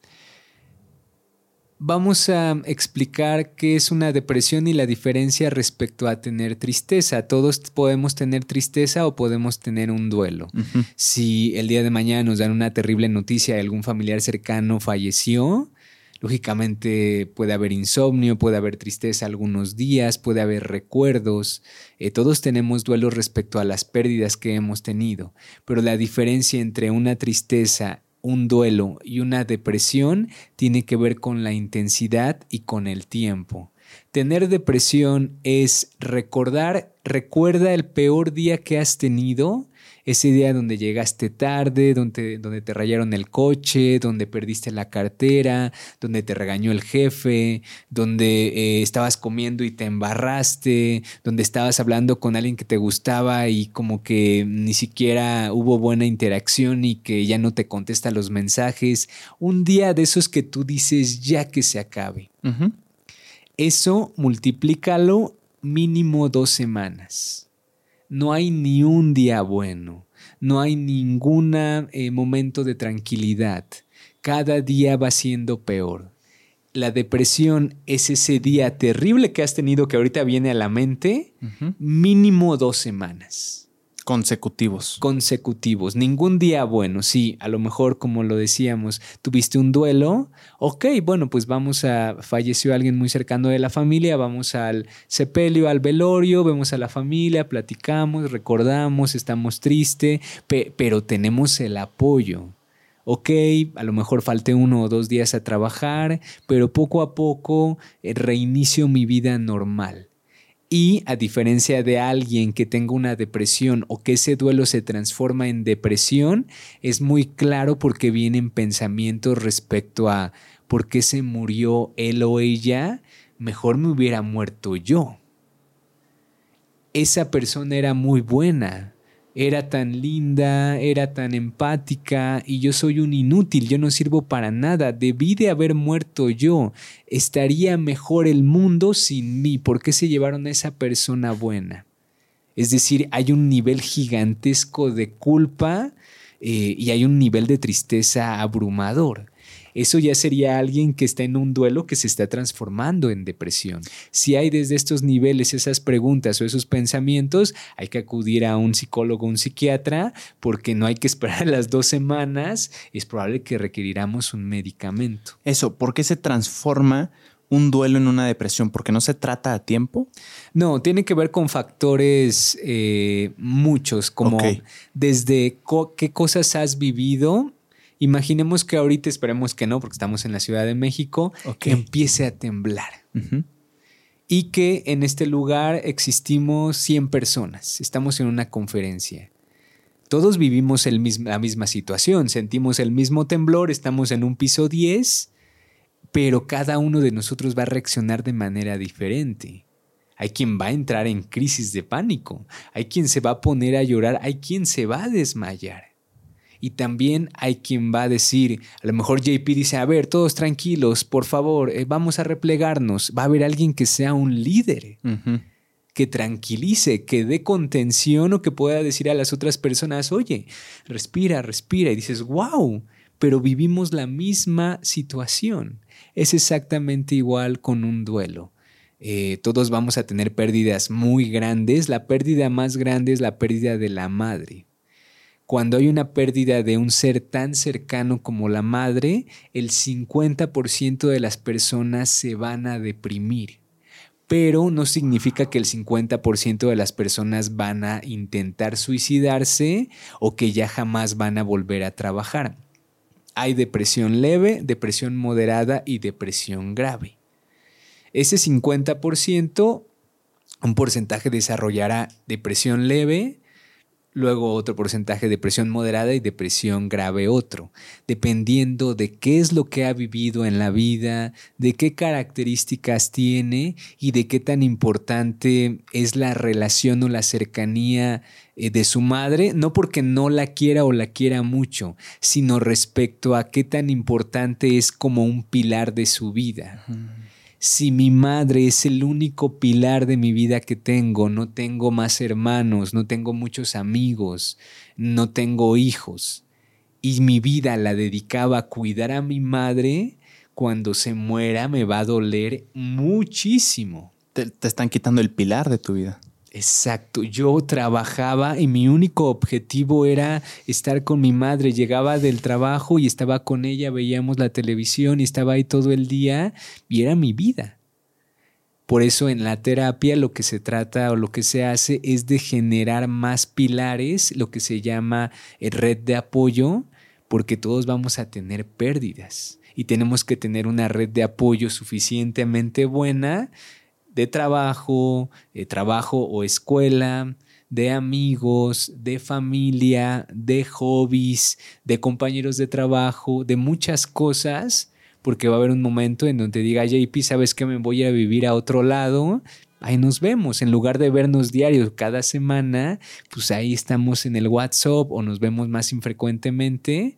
Vamos a explicar qué es una depresión y la diferencia respecto a tener tristeza. Todos podemos tener tristeza o podemos tener un duelo. Uh-huh. Si el día de mañana nos dan una terrible noticia de algún familiar cercano falleció, lógicamente puede haber insomnio, puede haber tristeza algunos días, puede haber recuerdos. Todos tenemos duelos respecto a las pérdidas que hemos tenido, pero la diferencia entre una tristeza, un duelo y una depresión tiene que ver con la intensidad y con el tiempo. Tener depresión es recuerda el peor día que has tenido, ese día donde llegaste tarde, donde te rayaron el coche, donde perdiste la cartera, donde te regañó el jefe, donde estabas comiendo y te embarraste, donde estabas hablando con alguien que te gustaba y como que ni siquiera hubo buena interacción y que ya no te contesta los mensajes. Un día de esos que tú dices ya que se acabe. Uh-huh. Eso multiplícalo mínimo 2 semanas. No hay ni un día bueno, no hay ningún momento de tranquilidad. Cada día va siendo peor. La depresión es ese día terrible que has tenido que ahorita viene a la mente, uh-huh. Mínimo 2 semanas. Consecutivos. Ningún día bueno. Sí, a lo mejor, como lo decíamos, tuviste un duelo. Ok, bueno, pues falleció alguien muy cercano de la familia, vamos al sepelio, al velorio, vemos a la familia, platicamos, recordamos, estamos tristes, pero tenemos el apoyo. Ok, a lo mejor falté 1 o 2 días a trabajar, pero poco a poco reinicio mi vida normal. Y a diferencia de alguien que tenga una depresión o que ese duelo se transforma en depresión, es muy claro porque vienen pensamientos respecto a ¿por qué se murió él o ella? Mejor me hubiera muerto yo. Esa persona era muy buena, era tan linda, era tan empática y yo soy un inútil, yo no sirvo para nada, debí de haber muerto yo, estaría mejor el mundo sin mí, ¿por qué se llevaron a esa persona buena? Es decir, hay un nivel gigantesco de culpa y hay un nivel de tristeza abrumador. Eso ya sería alguien que está en un duelo que se está transformando en depresión. Si hay desde estos niveles esas preguntas o esos pensamientos, hay que acudir a un psicólogo o un psiquiatra porque no hay que esperar las 2 semanas. Es probable que requeriramos un medicamento.
Eso, ¿por qué se transforma un duelo en una depresión? ¿Porque no se trata a tiempo?
No, tiene que ver con factores muchos, como desde qué cosas has vivido. Imaginemos que ahorita, esperemos que no, porque estamos en la Ciudad de México, que empiece a temblar. Y que en este lugar existimos 100 personas. Estamos en una conferencia. Todos vivimos la misma situación, sentimos el mismo temblor, estamos en un piso 10, pero cada uno de nosotros va a reaccionar de manera diferente. Hay quien va a entrar en crisis de pánico, hay quien se va a poner a llorar, hay quien se va a desmayar. Y también hay quien va a decir, a lo mejor JP dice, a ver, todos tranquilos, por favor, vamos a replegarnos. Va a haber alguien que sea un líder, que tranquilice, que dé contención o que pueda decir a las otras personas, oye, respira, respira. Y dices, wow, pero vivimos la misma situación. Es exactamente igual con un duelo. Todos vamos a tener pérdidas muy grandes. La pérdida más grande es la pérdida de la madre. Cuando hay una pérdida de un ser tan cercano como la madre, el 50% de las personas se van a deprimir. Pero no significa que el 50% de las personas van a intentar suicidarse o que ya jamás van a volver a trabajar. Hay depresión leve, depresión moderada y depresión grave. Ese 50%, un porcentaje desarrollará depresión leve, luego otro porcentaje de depresión moderada y depresión grave otro, dependiendo de qué es lo que ha vivido en la vida, de qué características tiene y de qué tan importante es la relación o la cercanía de su madre, no porque no la quiera o la quiera mucho, sino respecto a qué tan importante es como un pilar de su vida. Si mi madre es el único pilar de mi vida que tengo, no tengo más hermanos, no tengo muchos amigos, no tengo hijos, y mi vida la dedicaba a cuidar a mi madre, cuando se muera me va a doler muchísimo.
Te están quitando el pilar de tu vida.
Exacto, yo trabajaba y mi único objetivo era estar con mi madre. Llegaba del trabajo y estaba con ella, veíamos la televisión y estaba ahí todo el día y era mi vida. Por eso en la terapia lo que se trata o lo que se hace es de generar más pilares, lo que se llama red de apoyo, porque todos vamos a tener pérdidas y tenemos que tener una red de apoyo suficientemente buena de trabajo o escuela, de amigos, de familia, de hobbies, de compañeros de trabajo, de muchas cosas, porque va a haber un momento en donde diga, JP, ¿sabes qué? Me voy a vivir a otro lado. Ahí nos vemos. En lugar de vernos diarios cada semana, pues ahí estamos en el WhatsApp o nos vemos más infrecuentemente.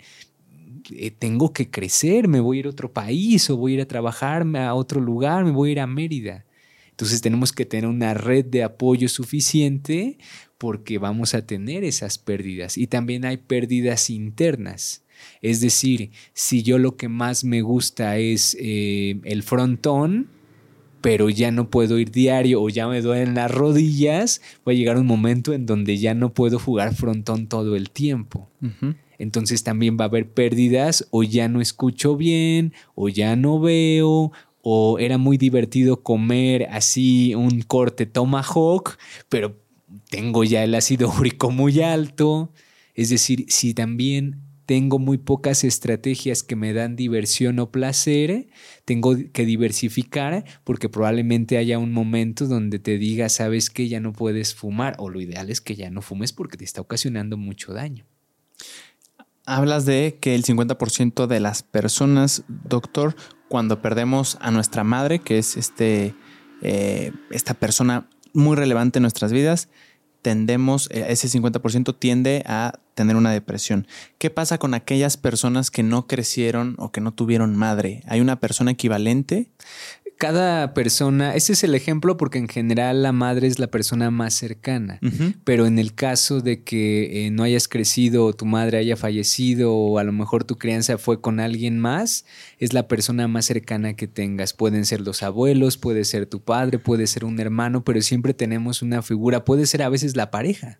Tengo que crecer, me voy a ir a otro país o voy a ir a trabajar a otro lugar, me voy a ir a Mérida. Entonces tenemos que tener una red de apoyo suficiente porque vamos a tener esas pérdidas. Y también hay pérdidas internas. Es decir, si yo lo que más me gusta es el frontón, pero ya no puedo ir diario o ya me duelen las rodillas, va a llegar un momento en donde ya no puedo jugar frontón todo el tiempo. Entonces también va a haber pérdidas, o ya no escucho bien, o ya no veo, o era muy divertido comer así un corte tomahawk, pero tengo ya el ácido úrico muy alto. Es decir, si también tengo muy pocas estrategias que me dan diversión o placer, tengo que diversificar porque probablemente haya un momento donde te diga, sabes que ya no puedes fumar, o lo ideal es que ya no fumes porque te está ocasionando mucho daño.
Hablas de que el 50% de las personas, doctor, cuando perdemos a nuestra madre, que es esta persona muy relevante en nuestras vidas, ese 50% tiende a tener una depresión. ¿Qué pasa con aquellas personas que no crecieron o que no tuvieron madre? ¿Hay una persona equivalente?
Cada persona, ese es el ejemplo porque en general la madre es la persona más cercana, pero en el caso de que no hayas crecido o tu madre haya fallecido o a lo mejor tu crianza fue con alguien más, es la persona más cercana que tengas. Pueden ser los abuelos, puede ser tu padre, puede ser un hermano, pero siempre tenemos una figura, puede ser a veces la pareja.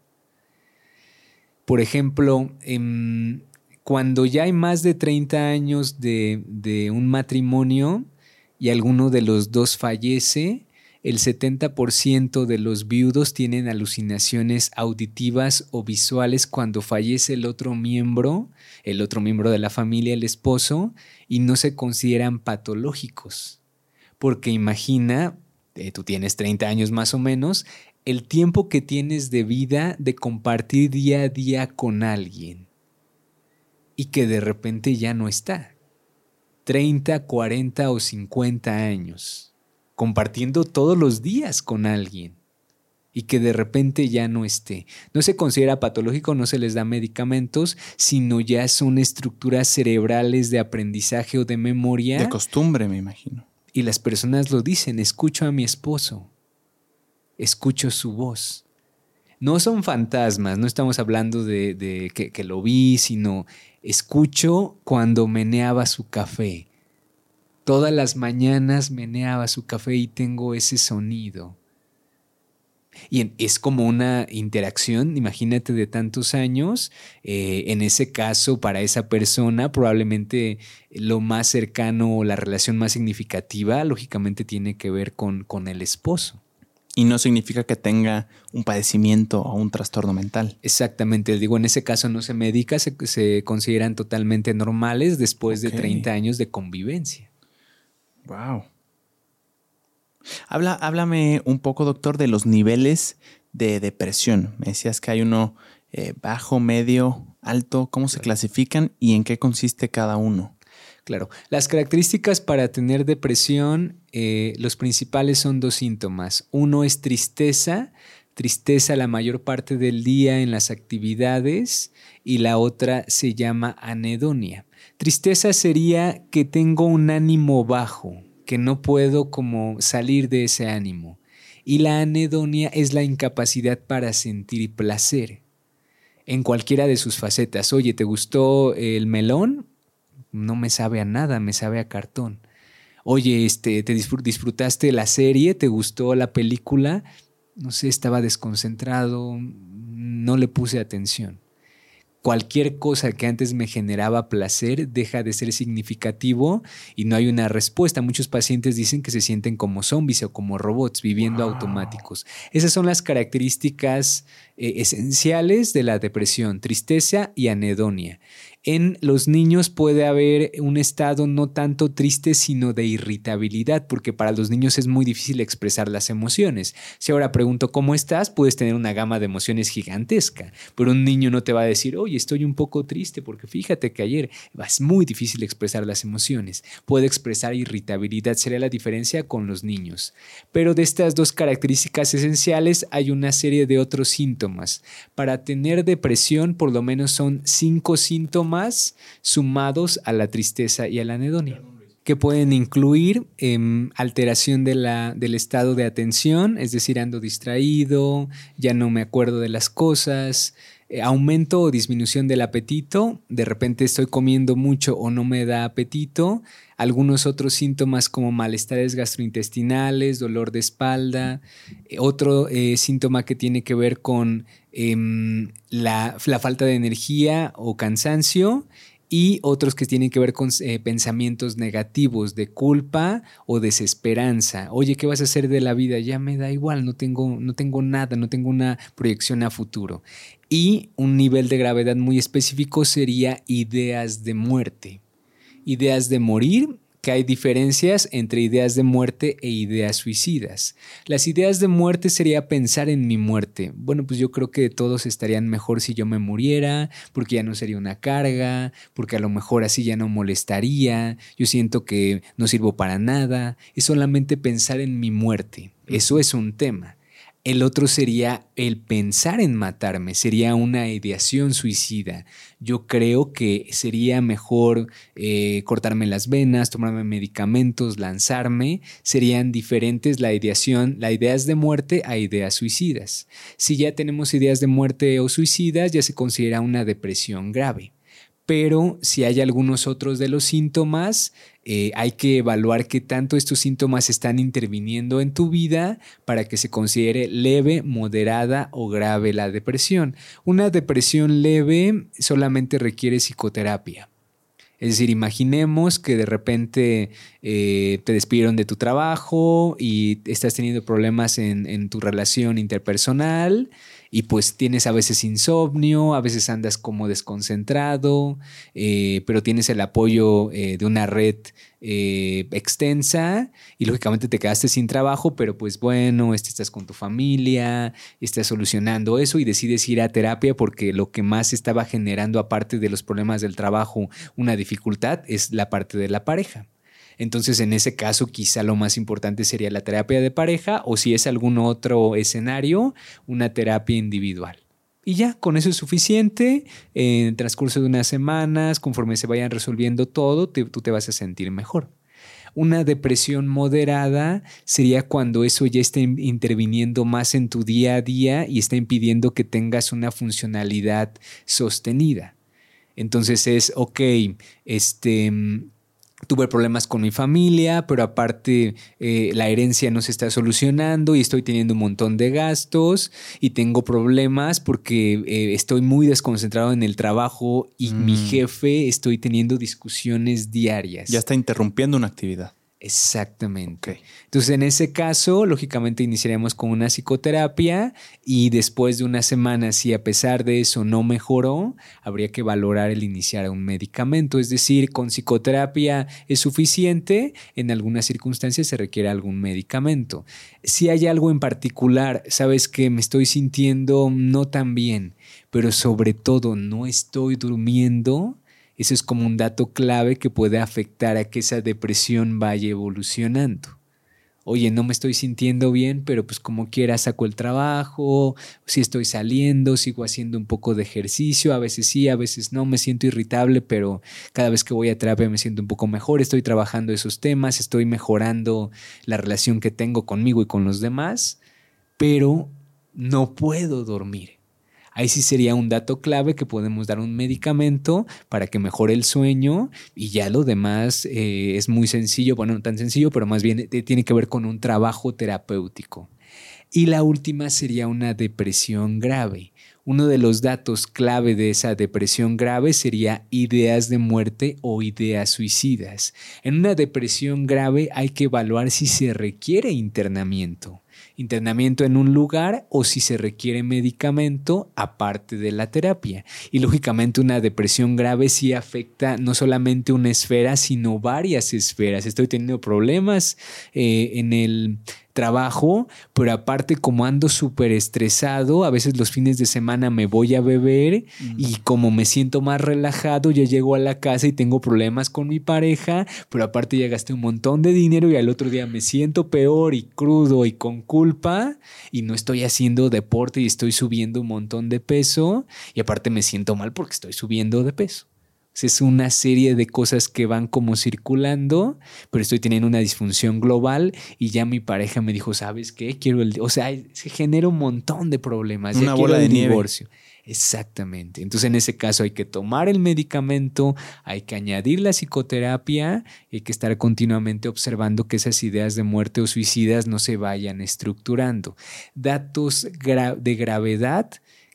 Por ejemplo, cuando ya hay más de 30 años de un matrimonio, y alguno de los dos fallece, el 70% de los viudos tienen alucinaciones auditivas o visuales cuando fallece el otro miembro de la familia, el esposo, y no se consideran patológicos. Porque imagina, tú tienes 30 años más o menos, el tiempo que tienes de vida de compartir día a día con alguien y que de repente ya no está. 30, 40 o 50 años, compartiendo todos los días con alguien y que de repente ya no esté. No se considera patológico, no se les da medicamentos, sino ya son estructuras cerebrales de aprendizaje o de memoria.
De costumbre, me imagino.
Y las personas lo dicen, escucho a mi esposo, escucho su voz. No son fantasmas, no estamos hablando de que lo vi, sino escucho cuando meneaba su café. Todas las mañanas meneaba su café y tengo ese sonido. Y es como una interacción, imagínate, de tantos años. En ese caso, para esa persona, probablemente lo más cercano o la relación más significativa, lógicamente, tiene que ver con el esposo.
Y no significa que tenga un padecimiento o un trastorno mental.
Exactamente, digo, en ese caso no se medica, se consideran totalmente normales después de 30 años de convivencia.
Wow. Háblame un poco, doctor, de los niveles de depresión. Me decías que hay uno bajo, medio, alto. ¿Cómo se clasifican y en qué consiste cada uno?
Claro, las características para tener depresión, los principales son 2 síntomas. Uno es tristeza la mayor parte del día en las actividades, y la otra se llama anedonia. Tristeza sería que tengo un ánimo bajo, que no puedo como salir de ese ánimo. Y la anedonia es la incapacidad para sentir placer en cualquiera de sus facetas. Oye, ¿te gustó el melón? No me sabe a nada, me sabe a cartón. Oye, ¿te disfrutaste la serie? ¿Te gustó la película? No sé, estaba desconcentrado, no le puse atención. Cualquier cosa que antes me generaba placer deja de ser significativo y no hay una respuesta. Muchos pacientes dicen que se sienten como zombies o como robots viviendo automáticos. Esas son las características esenciales de la depresión: tristeza y anedonia. En los niños puede haber un estado no tanto triste, sino de irritabilidad, porque para los niños es muy difícil expresar las emociones. Si ahora pregunto ¿cómo estás?, puedes tener una gama de emociones gigantesca, pero un niño no te va a decir oye, estoy un poco triste porque fíjate que ayer. Es muy difícil expresar las emociones. Puede expresar irritabilidad, sería la diferencia con los niños. Pero de estas 2 características esenciales hay una serie de otros síntomas. Para tener depresión, por lo menos son 5 síntomas sumados a la tristeza y a la anedonia, que pueden incluir alteración del estado de atención, es decir, ando distraído, ya no me acuerdo de las cosas, aumento o disminución del apetito, de repente estoy comiendo mucho o no me da apetito, algunos otros síntomas como malestares gastrointestinales, dolor de espalda, otro síntoma que tiene que ver con la falta de energía o cansancio, y otros que tienen que ver con pensamientos negativos de culpa o desesperanza. Oye, ¿qué vas a hacer de la vida? Ya me da igual, no tengo nada, no tengo una proyección a futuro. Y un nivel de gravedad muy específico sería ideas de muerte. Ideas de morir, que hay diferencias entre ideas de muerte e ideas suicidas. Las ideas de muerte sería pensar en mi muerte. Bueno, pues yo creo que todos estarían mejor si yo me muriera, porque ya no sería una carga, porque a lo mejor así ya no molestaría, yo siento que no sirvo para nada. Es solamente pensar en mi muerte. Eso es un tema. El otro sería el pensar en matarme, sería una ideación suicida. Yo creo que sería mejor cortarme las venas, tomarme medicamentos, lanzarme. Serían diferentes la ideas de muerte a ideas suicidas. Si ya tenemos ideas de muerte o suicidas, ya se considera una depresión grave. Pero si hay algunos otros de los síntomas, hay que evaluar qué tanto estos síntomas están interviniendo en tu vida para que se considere leve, moderada o grave la depresión. Una depresión leve solamente requiere psicoterapia. Es decir, imaginemos que de repente te despidieron de tu trabajo y estás teniendo problemas en tu relación interpersonal y pues tienes a veces insomnio, a veces andas como desconcentrado, pero tienes el apoyo de una red extensa y lógicamente te quedaste sin trabajo, pero pues bueno, estás con tu familia, estás solucionando eso y decides ir a terapia porque lo que más estaba generando aparte de los problemas del trabajo, una dificultad, es la parte de la pareja. Entonces, en ese caso, quizá lo más importante sería la terapia de pareja o si es algún otro escenario, una terapia individual. Y ya, con eso es suficiente. En el transcurso de unas semanas, conforme se vayan resolviendo todo, tú te vas a sentir mejor. Una depresión moderada sería cuando eso ya está interviniendo más en tu día a día y está impidiendo que tengas una funcionalidad sostenida. Entonces es, tuve problemas con mi familia, pero aparte la herencia no se está solucionando y estoy teniendo un montón de gastos y tengo problemas porque estoy muy desconcentrado en el trabajo y mi jefe, estoy teniendo discusiones diarias.
Ya está interrumpiendo una actividad.
Exactamente. Okay. Entonces, en ese caso, lógicamente iniciaríamos con una psicoterapia y después de una semana, si a pesar de eso no mejoró, habría que valorar el iniciar un medicamento. Es decir, con psicoterapia es suficiente, en algunas circunstancias se requiere algún medicamento. Si hay algo en particular, sabes que me estoy sintiendo no tan bien, pero sobre todo no estoy durmiendo. Eso es como un dato clave que puede afectar a que esa depresión vaya evolucionando. Oye, no me estoy sintiendo bien, pero pues como quiera saco el trabajo, si estoy saliendo, sigo haciendo un poco de ejercicio, a veces sí, a veces no, me siento irritable, pero cada vez que voy a terapia me siento un poco mejor, estoy trabajando esos temas, estoy mejorando la relación que tengo conmigo y con los demás, pero no puedo dormir. Ahí sí sería un dato clave que podemos dar un medicamento para que mejore el sueño y ya lo demás es muy sencillo, bueno, no tan sencillo, pero más bien tiene que ver con un trabajo terapéutico. Y la última sería una depresión grave. Uno de los datos clave de esa depresión grave sería ideas de muerte o ideas suicidas. En una depresión grave hay que evaluar si se requiere internamiento en un lugar o si se requiere medicamento aparte de la terapia. Y lógicamente una depresión grave sí afecta no solamente una esfera, sino varias esferas. Estoy teniendo problemas en el trabajo, pero aparte como ando súper estresado, a veces los fines de semana me voy a beber y como me siento más relajado, ya llego a la casa y tengo problemas con mi pareja, pero aparte ya gasté un montón de dinero y al otro día me siento peor y crudo y con culpa y no estoy haciendo deporte y estoy subiendo un montón de peso y aparte me siento mal porque estoy subiendo de peso. Es una serie de cosas que van como circulando, pero estoy teniendo una disfunción global y ya mi pareja me dijo, ¿sabes qué? Se genera un montón de problemas.
Una bola de
divorcio.
Nieve.
Exactamente. Entonces, en ese caso hay que tomar el medicamento, hay que añadir la psicoterapia, hay que estar continuamente observando que esas ideas de muerte o suicidas no se vayan estructurando. Datos de gravedad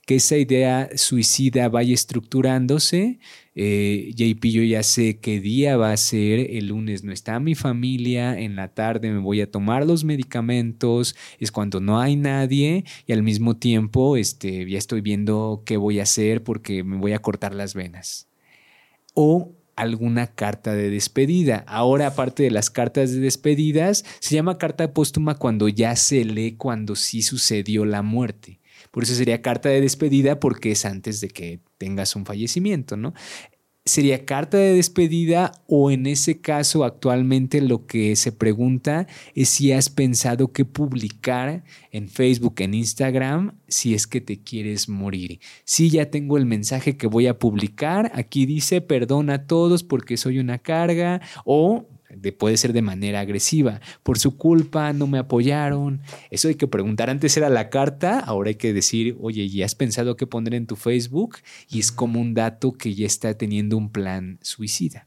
que esa idea suicida vaya estructurándose. JP, yo ya sé qué día va a ser, el lunes no está mi familia, en la tarde me voy a tomar los medicamentos, es cuando no hay nadie y al mismo tiempo ya estoy viendo qué voy a hacer porque me voy a cortar las venas. O alguna carta de despedida. Ahora, aparte de las cartas de despedidas, se llama carta póstuma cuando ya se lee cuando sí sucedió la muerte. Por eso sería carta de despedida porque es antes de que tengas un fallecimiento, ¿no? Sería carta de despedida o en ese caso actualmente lo que se pregunta es si has pensado qué publicar en Facebook, en Instagram, si es que te quieres morir. Sí, ya tengo el mensaje que voy a publicar. Aquí dice perdón a todos porque soy una carga o puede ser de manera agresiva. Por su culpa no me apoyaron. Eso hay que preguntar. Antes era la carta, ahora hay que decir, oye, ¿ya has pensado qué poner en tu Facebook? Y es como un dato que ya está teniendo un plan suicida.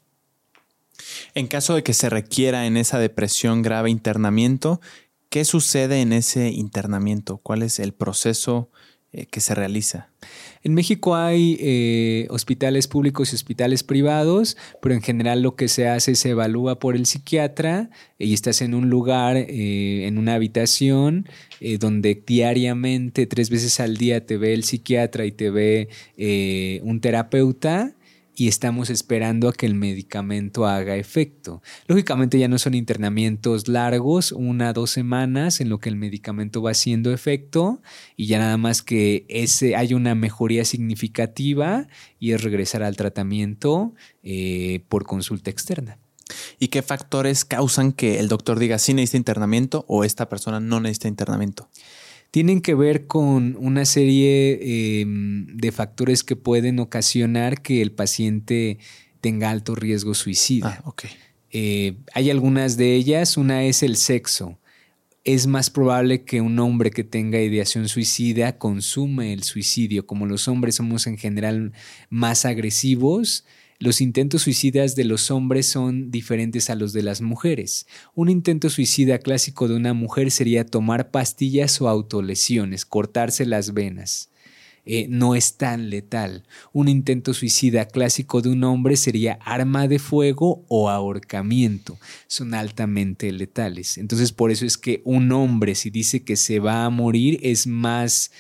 En caso de que se requiera en esa depresión grave internamiento, ¿qué sucede en ese internamiento? ¿Cuál es el proceso que se realiza?
En México hay hospitales públicos y hospitales privados, pero en general lo que se hace se evalúa por el psiquiatra y estás en un lugar, en una habitación donde diariamente, 3 veces al día te ve el psiquiatra y te ve un terapeuta. Y estamos esperando a que el medicamento haga efecto. Lógicamente ya no son internamientos largos, 1 a 2 semanas en lo que el medicamento va haciendo efecto y ya nada más que hay una mejoría significativa y es regresar al tratamiento por consulta externa.
¿Y qué factores causan que el doctor diga sí necesita internamiento o esta persona no necesita internamiento?
Tienen que ver con una serie de factores que pueden ocasionar que el paciente tenga alto riesgo suicida.
Okay.
Hay algunas de ellas. Una es el sexo. Es más probable que un hombre que tenga ideación suicida consume el suicidio. Como los hombres somos en general más agresivos, los intentos suicidas de los hombres son diferentes a los de las mujeres. Un intento suicida clásico de una mujer sería tomar pastillas o autolesiones, cortarse las venas. No es tan letal. Un intento suicida clásico de un hombre sería arma de fuego o ahorcamiento. Son altamente letales. Entonces, por eso es que un hombre, si dice que se va a morir, es más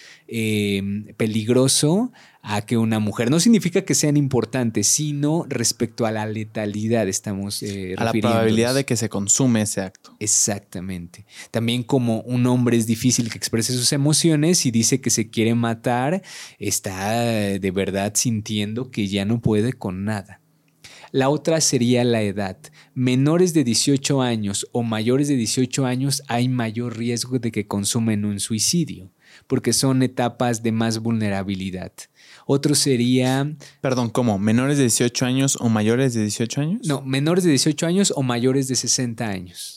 peligroso a que una mujer. No significa que sean importantes, sino respecto a la letalidad estamos
a la probabilidad de que se consume ese acto.
Exactamente. También como un hombre es difícil que exprese sus emociones y dice que se quiere matar, está de verdad sintiendo que ya no puede con nada. La otra sería la edad. Menores de 18 años o mayores de 18 años hay mayor riesgo de que consumen un suicidio, porque son etapas de más vulnerabilidad. Otro sería...
Perdón, ¿cómo? ¿Menores de 18 años o mayores de 18 años?
No, menores de 18 años o mayores de 60 años.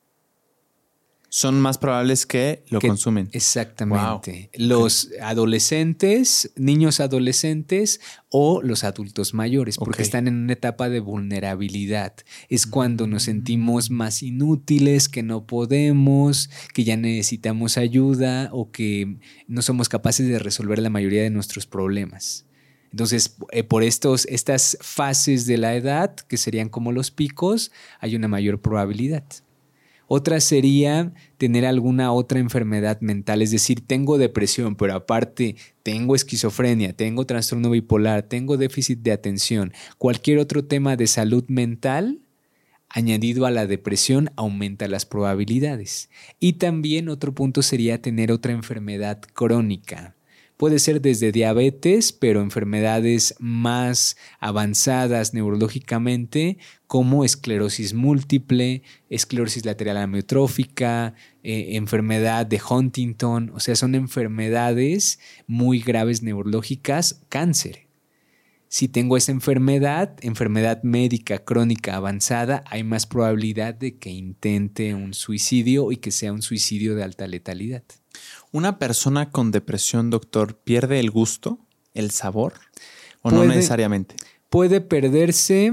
Son más probables que lo consumen.
Exactamente. Wow. Los adolescentes, niños adolescentes o los adultos mayores, porque están en una etapa de vulnerabilidad. Es cuando nos sentimos más inútiles, que no podemos, que ya necesitamos ayuda o que no somos capaces de resolver la mayoría de nuestros problemas. Entonces, por estas fases de la edad, que serían como los picos, hay una mayor probabilidad. Otra sería tener alguna otra enfermedad mental, es decir, tengo depresión, pero aparte tengo esquizofrenia, tengo trastorno bipolar, tengo déficit de atención. Cualquier otro tema de salud mental añadido a la depresión aumenta las probabilidades. Y también otro punto sería tener otra enfermedad crónica. Puede ser desde diabetes, pero enfermedades más avanzadas neurológicamente como esclerosis múltiple, esclerosis lateral amiotrófica, enfermedad de Huntington. O sea, son enfermedades muy graves neurológicas, cáncer. Si tengo esa enfermedad médica crónica avanzada, hay más probabilidad de que intente un suicidio y que sea un suicidio de alta letalidad.
¿Una persona con depresión, doctor, pierde el gusto, el sabor o no necesariamente?
Puede perderse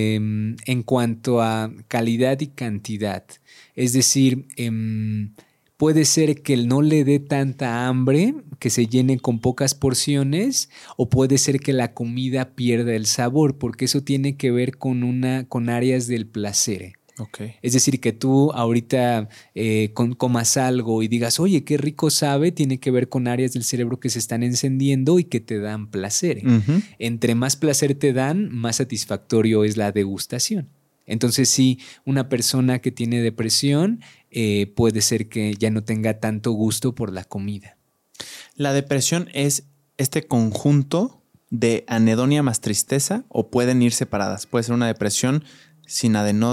en cuanto a calidad y cantidad. Es decir, Puede ser que no le dé tanta hambre, que se llene con pocas porciones, o puede ser que la comida pierda el sabor, porque eso tiene que ver con áreas del placer.
Ok.
Es decir, que tú ahorita comas algo y digas, oye, qué rico sabe, tiene que ver con áreas del cerebro que se están encendiendo y que te dan placer.
Ujú.
Entre más placer te dan, más satisfactorio es la degustación. Entonces, sí, una persona que tiene depresión puede ser que ya no tenga tanto gusto por la comida.
¿La depresión es este conjunto de anedonia más tristeza o pueden ir separadas? Puede ser una depresión sin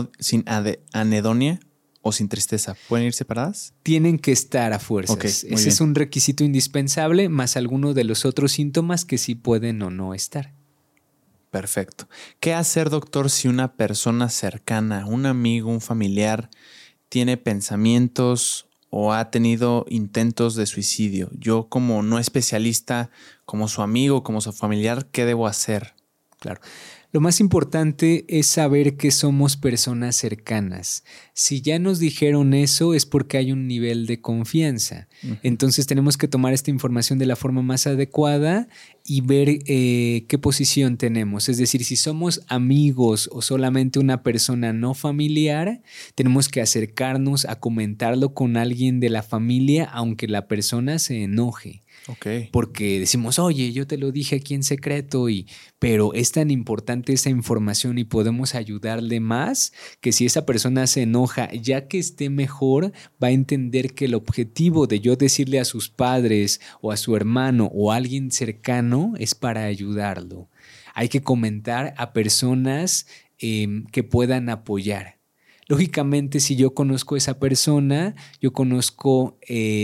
anedonia o sin tristeza. ¿Pueden ir separadas?
Tienen que estar a fuerzas.
Ok, muy
Ese
bien.
es un requisito indispensable, más alguno de los otros síntomas que sí pueden o no estar.
Perfecto. ¿Qué hacer, doctor, si una persona cercana, un amigo, un familiar, tiene pensamientos o ha tenido intentos de suicidio? Yo, como no especialista, como su amigo, como su familiar, ¿qué debo hacer?
Claro. Lo más importante es saber que somos personas cercanas. Si ya nos dijeron eso es porque hay un nivel de confianza. Entonces tenemos que tomar esta información de la forma más adecuada y ver qué posición tenemos. Es decir, si somos amigos o solamente una persona no familiar, tenemos que acercarnos a comentarlo con alguien de la familia, aunque la persona se enoje.
Ok.
Porque decimos, oye, yo te lo dije aquí en secreto, pero es tan importante esa información y podemos ayudarle más que si esa persona se enoja, ya que esté mejor, va a entender que el objetivo de yo decirle a sus padres o a su hermano o a alguien cercano es para ayudarlo. Hay que comentar a personas que puedan apoyar. Lógicamente, si yo conozco a esa persona, yo conozco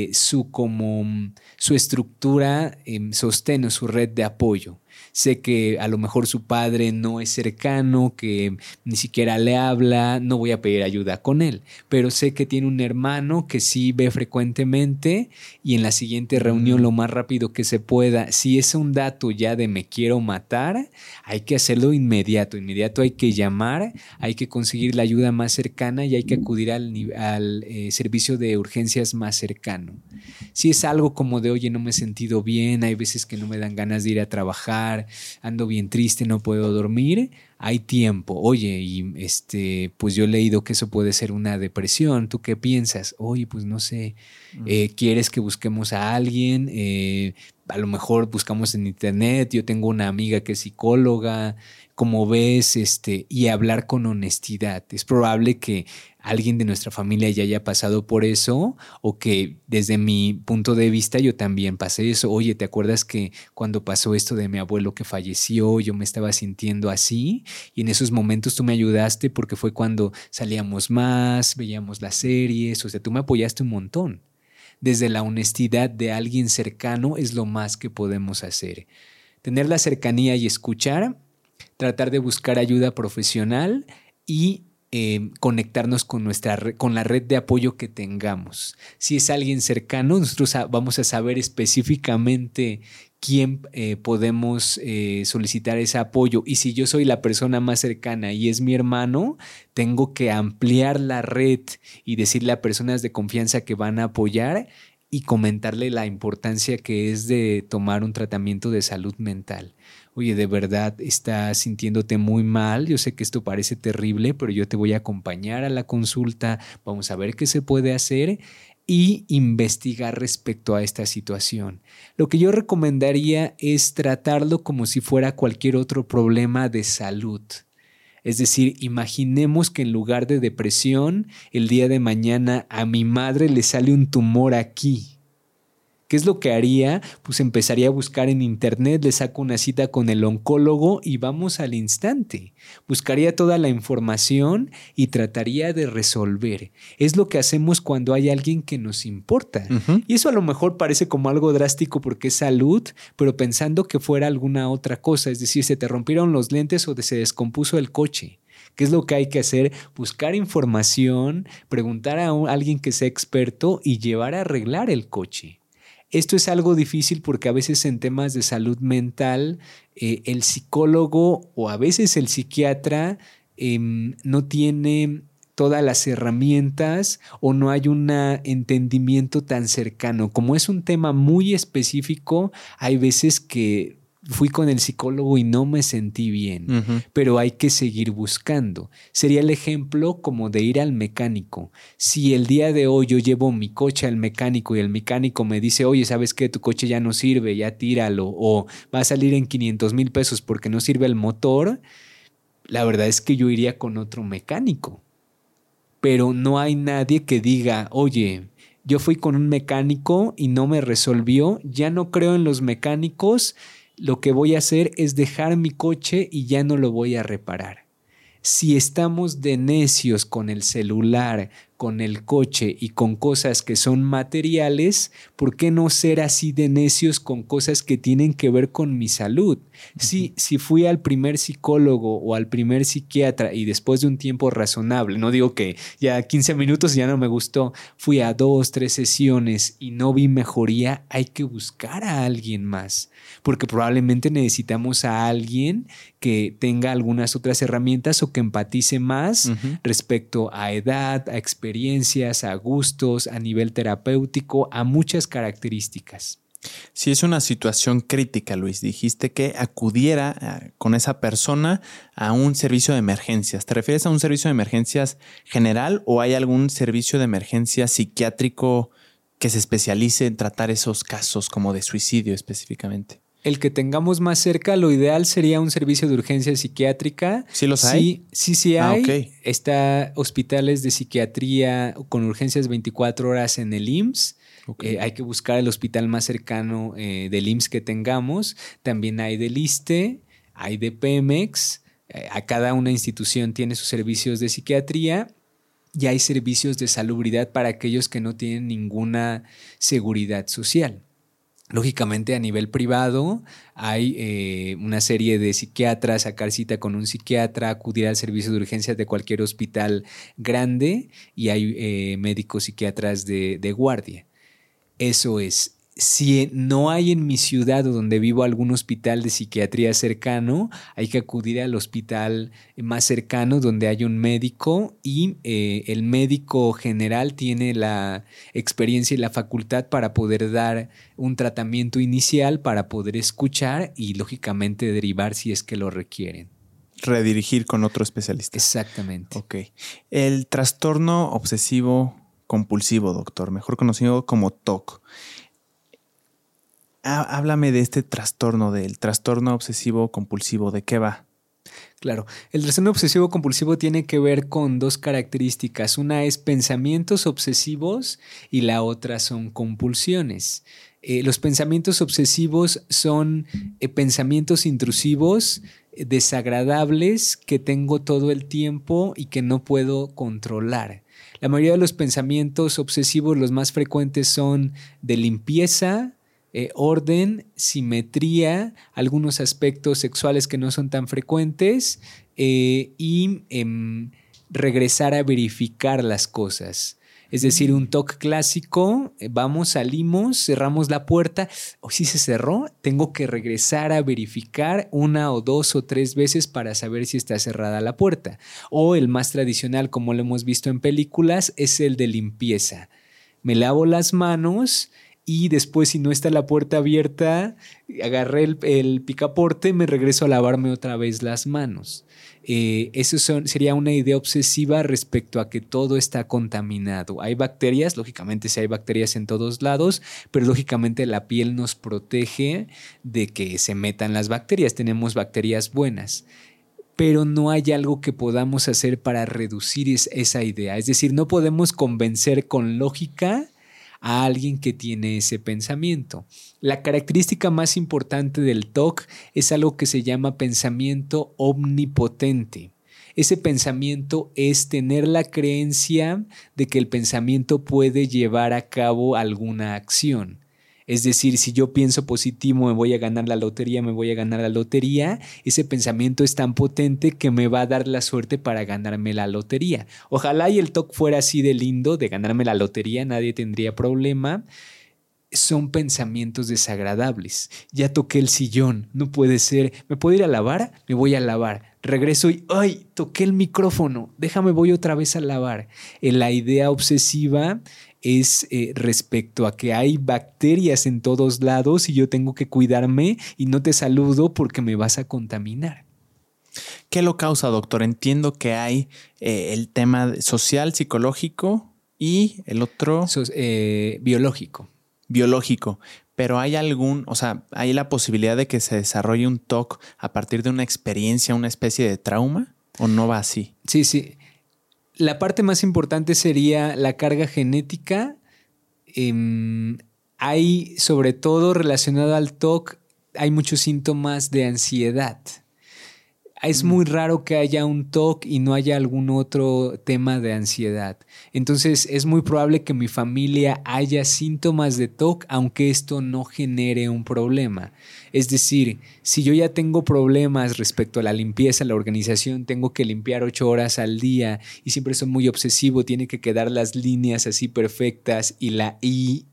su estructura, sostén o su red de apoyo. Sé que a lo mejor su padre no es cercano, que ni siquiera le habla, no voy a pedir ayuda con él, pero sé que tiene un hermano que sí ve frecuentemente y en la siguiente reunión lo más rápido que se pueda. Si es un dato ya de me quiero matar, hay que hacerlo inmediato hay que llamar, hay que conseguir la ayuda más cercana y hay que acudir al servicio de urgencias más cercano. Si es algo como de, oye, no me he sentido bien, hay veces que no me dan ganas de ir a trabajar, ando bien triste, no puedo dormir, hay tiempo. Oye, y pues yo he leído que eso puede ser una depresión. ¿Tú qué piensas? Oye, pues no sé, ¿quieres que busquemos a alguien? A lo mejor buscamos en internet, yo tengo una amiga que es psicóloga, como ves, y hablar con honestidad. Es probable que alguien de nuestra familia ya haya pasado por eso o que desde mi punto de vista yo también pasé eso. Oye, ¿te acuerdas que cuando pasó esto de mi abuelo que falleció, yo me estaba sintiendo así? Y en esos momentos tú me ayudaste porque fue cuando salíamos más, veíamos las series, o sea, tú me apoyaste un montón. Desde la honestidad de alguien cercano es lo más que podemos hacer. Tener la cercanía y escuchar, tratar de buscar ayuda profesional y conectarnos con la red de apoyo que tengamos. Si es alguien cercano, nosotros vamos a saber específicamente quién podemos solicitar ese apoyo. Y si yo soy la persona más cercana y es mi hermano, tengo que ampliar la red y decirle a personas de confianza que van a apoyar y comentarle la importancia que es de tomar un tratamiento de salud mental. Oye, de verdad estás sintiéndote muy mal, yo sé que esto parece terrible, pero yo te voy a acompañar a la consulta, vamos a ver qué se puede hacer y investigar respecto a esta situación. Lo que yo recomendaría es tratarlo como si fuera cualquier otro problema de salud. Es decir, imaginemos que en lugar de depresión, el día de mañana a mi madre le sale un tumor aquí. ¿Qué es lo que haría? Pues empezaría a buscar en internet, le saco una cita con el oncólogo y vamos al instante. Buscaría toda la información y trataría de resolver. Es lo que hacemos cuando hay alguien que nos importa. Y eso a lo mejor parece como algo drástico porque es salud, pero pensando que fuera alguna otra cosa, es decir, se te rompieron los lentes o se descompuso el coche. ¿Qué es lo que hay que hacer? Buscar información, preguntar a alguien que sea experto y llevar a arreglar el coche. Esto es algo difícil porque a veces en temas de salud mental el psicólogo o a veces el psiquiatra no tiene todas las herramientas o no hay un entendimiento tan cercano. Como es un tema muy específico, hay veces que fui con el psicólogo y no me sentí bien, pero hay que seguir buscando. Sería el ejemplo como de ir al mecánico. Si el día de hoy yo llevo mi coche al mecánico y el mecánico me dice, oye, ¿sabes qué? Tu coche ya no sirve, ya tíralo, o va a salir en 500,000 pesos porque no sirve el motor, la verdad es que yo iría con otro mecánico. Pero no hay nadie que diga, oye, yo fui con un mecánico y no me resolvió, ya no creo en los mecánicos, lo que voy a hacer es dejar mi coche y ya no lo voy a reparar. Si estamos de necios con el celular, con el coche y con cosas que son materiales, ¿por qué no ser así de necios con cosas que tienen que ver con mi salud? Si fui al primer psicólogo o al primer psiquiatra y después de un tiempo razonable, no digo que ya 15 minutos ya no me gustó, fui a 2, 3 sesiones y no vi mejoría, hay que buscar a alguien más, porque probablemente necesitamos a alguien que tenga algunas otras herramientas o que empatice más respecto a edad, a experiencias, a gustos, a nivel terapéutico, a muchas características.
Si es una situación crítica, Luis, dijiste que acudiera con esa persona a un servicio de emergencias. ¿Te refieres a un servicio de emergencias general o hay algún servicio de emergencia psiquiátrico que se especialice en tratar esos casos como de suicidio específicamente?
El que tengamos más cerca, lo ideal sería un servicio de urgencia psiquiátrica.
¿Sí los hay?
Sí hay.
Okay.
Está hospitales de psiquiatría con urgencias 24 horas en el IMSS. Okay. Hay que buscar el hospital más cercano del IMSS que tengamos. También hay del ISSSTE, hay de Pemex. A cada una institución tiene sus servicios de psiquiatría. Y hay servicios de salubridad para aquellos que no tienen ninguna seguridad social. Lógicamente, a nivel privado hay una serie de psiquiatras, sacar cita con un psiquiatra, acudir al servicio de urgencias de cualquier hospital grande y hay médicos psiquiatras de guardia. Eso es. Si no hay en mi ciudad o donde vivo algún hospital de psiquiatría cercano, hay que acudir al hospital más cercano donde hay un médico y el médico general tiene la experiencia y la facultad para poder dar un tratamiento inicial, para poder escuchar y lógicamente derivar si es que lo requieren.
Redirigir con otro especialista.
Exactamente.
Ok. El trastorno obsesivo compulsivo, doctor, mejor conocido como TOC. Háblame de este trastorno, del trastorno obsesivo compulsivo. ¿De qué va?
Claro, el trastorno obsesivo compulsivo tiene que ver con dos características. Una es pensamientos obsesivos y la otra son compulsiones. Los pensamientos obsesivos son pensamientos intrusivos, desagradables, que tengo todo el tiempo y que no puedo controlar. La mayoría de los pensamientos obsesivos, los más frecuentes, son de limpieza, orden, simetría, algunos aspectos sexuales que no son tan frecuentes y regresar a verificar las cosas. Es decir, un TOC clásico, vamos, salimos, cerramos la puerta, si se cerró, tengo que regresar a verificar 1 o 2 o 3 veces para saber si está cerrada la puerta. O el más tradicional, como lo hemos visto en películas, es el de limpieza. Me lavo las manos y después, si no está la puerta abierta, agarré el picaporte, me regreso a lavarme otra vez las manos. Eso sería una idea obsesiva respecto a que todo está contaminado. Hay bacterias, lógicamente sí hay bacterias en todos lados, pero lógicamente la piel nos protege de que se metan las bacterias. Tenemos bacterias buenas. Pero no hay algo que podamos hacer para reducir esa idea. Es decir, no podemos convencer con lógica a alguien que tiene ese pensamiento. La característica más importante del TOC es algo que se llama pensamiento omnipotente. Ese pensamiento es tener la creencia de que el pensamiento puede llevar a cabo alguna acción. Es decir, si yo pienso positivo, me voy a ganar la lotería, ese pensamiento es tan potente que me va a dar la suerte para ganarme la lotería. Ojalá y el TOC fuera así de lindo, de ganarme la lotería, nadie tendría problema. son pensamientos desagradables. Ya toqué el sillón, no puede ser. ¿Me puedo ir a lavar? Me voy a lavar. Regreso y ¡ay! Toqué el micrófono. Déjame, voy otra vez a lavar. La idea obsesiva es respecto a que hay bacterias en todos lados y yo tengo que cuidarme y no te saludo porque me vas a contaminar.
¿Qué lo causa, doctor? Entiendo que hay el tema social, psicológico y el otro...
Biológico.
Biológico, pero hay hay la posibilidad de que se desarrolle un TOC a partir de una experiencia, una especie de trauma, ¿o no va así?
Sí. La parte más importante sería la carga genética. Hay, sobre todo relacionado al TOC, hay muchos síntomas de ansiedad. Es muy raro que haya un TOC y no haya algún otro tema de ansiedad. Entonces es muy probable que en mi familia haya síntomas de TOC, aunque esto no genere un problema. Es decir, si yo ya tengo problemas respecto a la limpieza, la organización, tengo que limpiar 8 horas al día y siempre soy muy obsesivo, tiene que quedar las líneas así perfectas y la I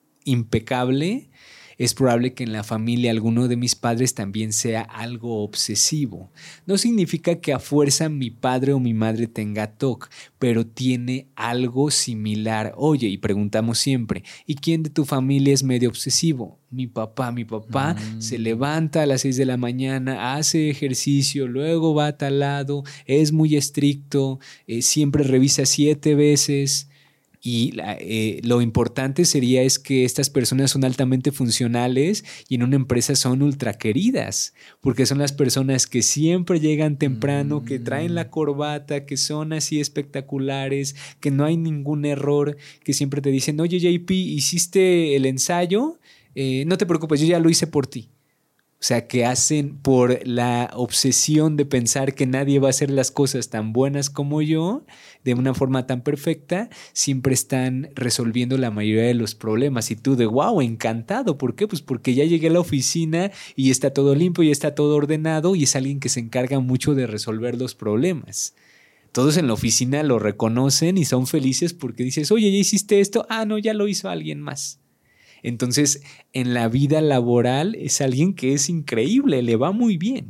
impecable, es probable que en la familia alguno de mis padres también sea algo obsesivo. No significa que a fuerza mi padre o mi madre tenga TOC, pero tiene algo similar. Oye, y preguntamos siempre, ¿y quién de tu familia es medio obsesivo? Mi papá. Se levanta a las 6 de la mañana, hace ejercicio, luego va a tal lado, es muy estricto, siempre revisa 7 veces. Y lo importante sería es que estas personas son altamente funcionales y en una empresa son ultra queridas, porque son las personas que siempre llegan temprano, que traen la corbata, que son así espectaculares, que no hay ningún error, que siempre te dicen, oye JP, ¿hiciste el ensayo? No te preocupes, yo ya lo hice por ti. O sea, que hacen por la obsesión de pensar que nadie va a hacer las cosas tan buenas como yo, de una forma tan perfecta, siempre están resolviendo la mayoría de los problemas. Y tú de wow, encantado. ¿Por qué? Pues porque ya llegué a la oficina y está todo limpio y está todo ordenado y es alguien que se encarga mucho de resolver los problemas. Todos en la oficina lo reconocen y son felices porque dices, oye, ¿ya hiciste esto? Ah, no, ya lo hizo alguien más. Entonces, en la vida laboral es alguien que es increíble, le va muy bien.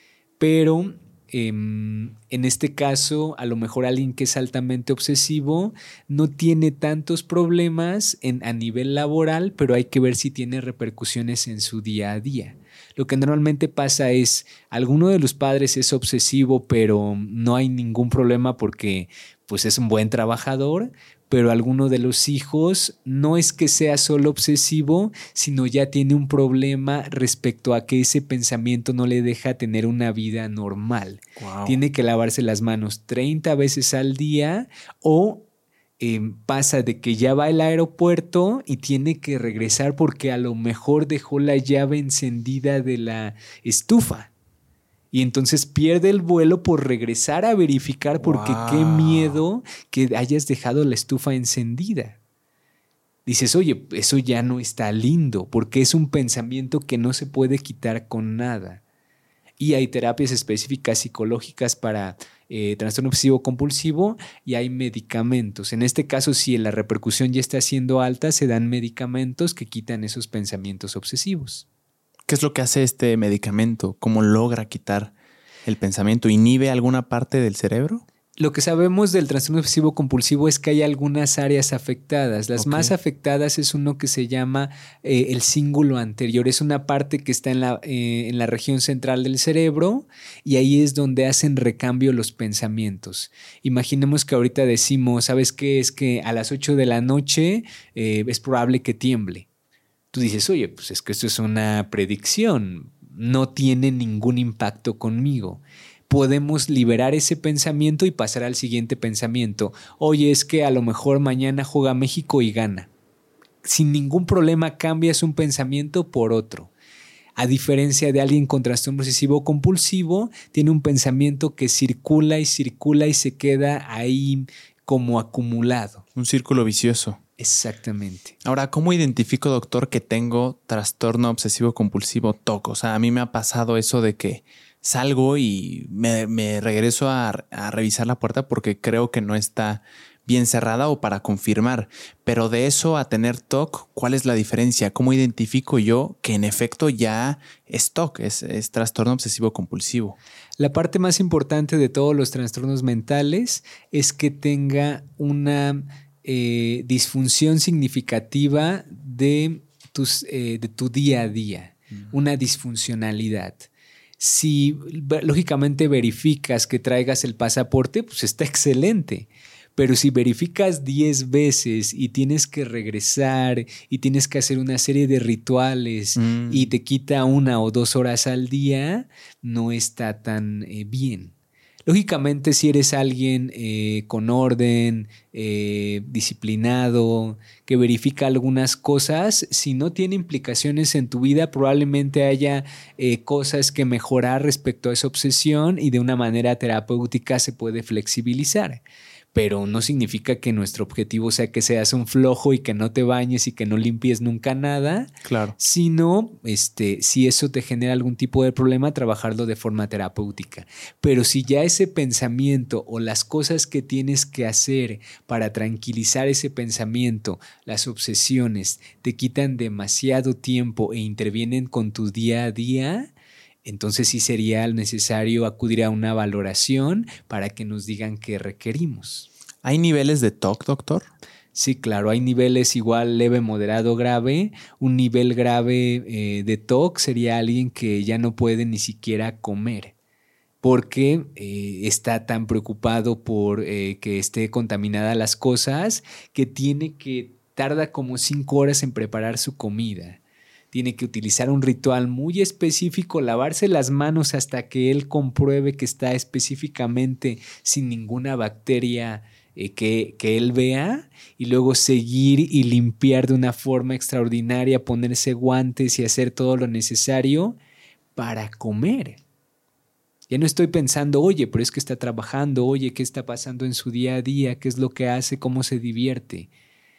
Pero en este caso, a lo mejor alguien que es altamente obsesivo no tiene tantos problemas a nivel laboral, pero hay que ver si tiene repercusiones en su día a día. Lo que normalmente pasa es, alguno de los padres es obsesivo, pero no hay ningún problema porque pues, es un buen trabajador, pero alguno de los hijos no es que sea solo obsesivo, sino ya tiene un problema respecto a que ese pensamiento no le deja tener una vida normal. Wow. Tiene que lavarse las manos 30 veces al día o pasa de que ya va al aeropuerto y tiene que regresar porque a lo mejor dejó la llave encendida de la estufa. Y entonces pierde el vuelo por regresar a verificar porque qué miedo que hayas dejado la estufa encendida. Dices, oye, eso ya no está lindo porque es un pensamiento que no se puede quitar con nada. Y hay terapias específicas psicológicas para trastorno obsesivo compulsivo y hay medicamentos. En este caso, si la repercusión ya está siendo alta, se dan medicamentos que quitan esos pensamientos obsesivos.
¿Qué es lo que hace este medicamento? ¿Cómo logra quitar el pensamiento? ¿Inhibe alguna parte del cerebro?
Lo que sabemos del trastorno obsesivo compulsivo es que hay algunas áreas afectadas. Las más afectadas es uno que se llama el cíngulo anterior. Es una parte que está en la región central del cerebro y ahí es donde hacen recambio los pensamientos. Imaginemos que ahorita decimos, ¿sabes qué? Es que a las 8 de la noche es probable que tiemble. Tú dices, oye, pues es que esto es una predicción, no tiene ningún impacto conmigo. Podemos liberar ese pensamiento y pasar al siguiente pensamiento. Oye, es que a lo mejor mañana juega México y gana. Sin ningún problema cambias un pensamiento por otro. A diferencia de alguien con trastorno obsesivo compulsivo, tiene un pensamiento que circula y se queda ahí como acumulado.
Un círculo vicioso.
Exactamente.
Ahora, ¿cómo identifico, doctor, que tengo trastorno obsesivo compulsivo TOC? O sea, a mí me ha pasado eso de que salgo y me regreso a revisar la puerta porque creo que no está bien cerrada o para confirmar. Pero de eso a tener TOC, ¿cuál es la diferencia? ¿Cómo identifico yo que en efecto ya es TOC, es trastorno obsesivo compulsivo?
La parte más importante de todos los trastornos mentales es que tenga una disfunción significativa de tu día a día, una disfuncionalidad. Si lógicamente verificas que traigas el pasaporte, pues está excelente. Pero si verificas 10 veces y tienes que regresar y tienes que hacer una serie de rituales y te quita 1 o 2 horas al día, no está tan bien. Lógicamente, si eres alguien con orden, disciplinado, que verifica algunas cosas, si no tiene implicaciones en tu vida, probablemente haya cosas que mejorar respecto a esa obsesión y de una manera terapéutica se puede flexibilizar. Pero no significa que nuestro objetivo sea que seas un flojo y que no te bañes y que no limpies nunca nada.
Claro.
Sino, si eso te genera algún tipo de problema, trabajarlo de forma terapéutica. Pero si ya ese pensamiento o las cosas que tienes que hacer para tranquilizar ese pensamiento, las obsesiones, te quitan demasiado tiempo e intervienen con tu día a día, entonces sí sería necesario acudir a una valoración para que nos digan qué requerimos.
¿Hay niveles de TOC, doctor?
Sí, claro, hay niveles igual leve, moderado, grave. Un nivel grave de TOC sería alguien que ya no puede ni siquiera comer porque está tan preocupado por que esté contaminada las cosas que tarda como 5 horas en preparar su comida. Tiene que utilizar un ritual muy específico, lavarse las manos hasta que él compruebe que está específicamente sin ninguna bacteria que él vea, y luego seguir y limpiar de una forma extraordinaria, ponerse guantes y hacer todo lo necesario para comer. Ya no estoy pensando, oye, pero es que está trabajando, oye, ¿qué está pasando en su día a día? ¿Qué es lo que hace? ¿Cómo se divierte?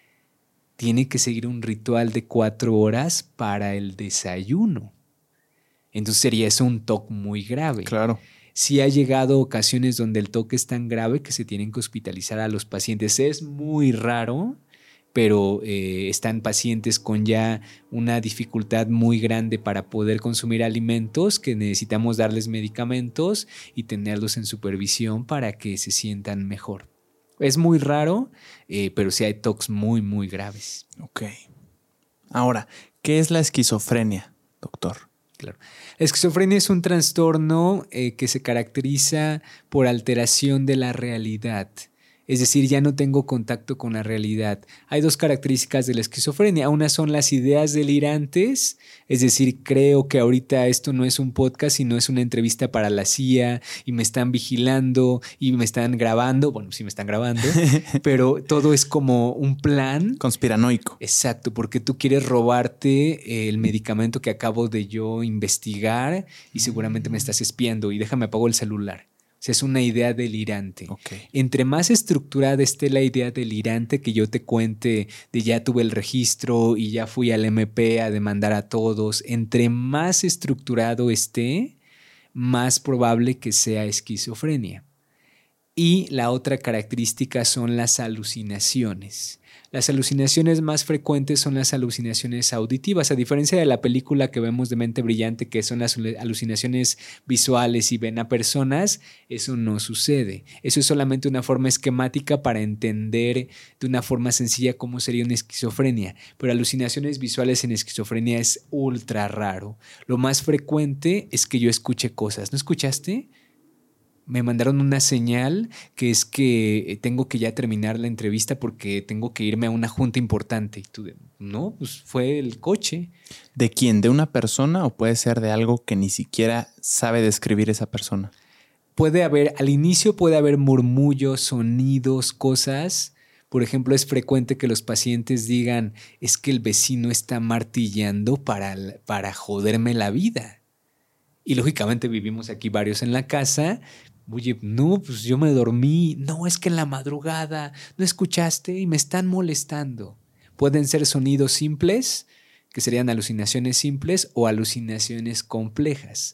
Tiene que seguir un ritual de 4 horas para el desayuno. Entonces sería eso un TOC muy grave.
Claro.
Sí ha llegado ocasiones donde el TOC es tan grave que se tienen que hospitalizar a los pacientes. Es muy raro, pero están pacientes con ya una dificultad muy grande para poder consumir alimentos, que necesitamos darles medicamentos y tenerlos en supervisión para que se sientan mejor. Es muy raro, pero sí hay TOCs muy, muy graves.
Ok. Ahora, ¿qué es la esquizofrenia, doctor?
Claro. La esquizofrenia es un trastorno que se caracteriza por alteración de la realidad. Es decir, ya no tengo contacto con la realidad. Hay 2 características de la esquizofrenia. Una son las ideas delirantes, es decir, creo que ahorita esto no es un podcast, sino es una entrevista para la CIA y me están vigilando y me están grabando. Bueno, sí me están grabando, pero todo es como un plan.
Conspiranoico.
Exacto, porque tú quieres robarte el medicamento que acabo de yo investigar y seguramente me estás espiando y déjame apago el celular. O sea, es una idea delirante.
Okay.
Entre más estructurada esté la idea delirante, que yo te cuente de ya tuve el registro y ya fui al MP a demandar a todos, entre más estructurado esté, más probable que sea esquizofrenia. Y la otra característica son las alucinaciones. Las alucinaciones más frecuentes son las alucinaciones auditivas, a diferencia de la película que vemos de Mente Brillante, que son las alucinaciones visuales y ven a personas. Eso no sucede. Eso es solamente una forma esquemática para entender de una forma sencilla cómo sería una esquizofrenia, pero alucinaciones visuales en esquizofrenia es ultra raro. Lo más frecuente es que yo escuche cosas. ¿No escuchaste? Me mandaron una señal que es que tengo que ya terminar la entrevista porque tengo que irme a una junta importante. Y tú, no, pues fue el coche.
¿De quién? ¿De una persona o puede ser de algo que ni siquiera sabe describir esa persona?
Al inicio puede haber murmullos, sonidos, cosas. Por ejemplo, es frecuente que los pacientes digan, es que el vecino está martillando para joderme la vida. Y lógicamente vivimos aquí varios en la casa. Oye, no, pues yo me dormí. No, es que en la madrugada no escuchaste y me están molestando. Pueden ser sonidos simples, que serían alucinaciones simples o alucinaciones complejas.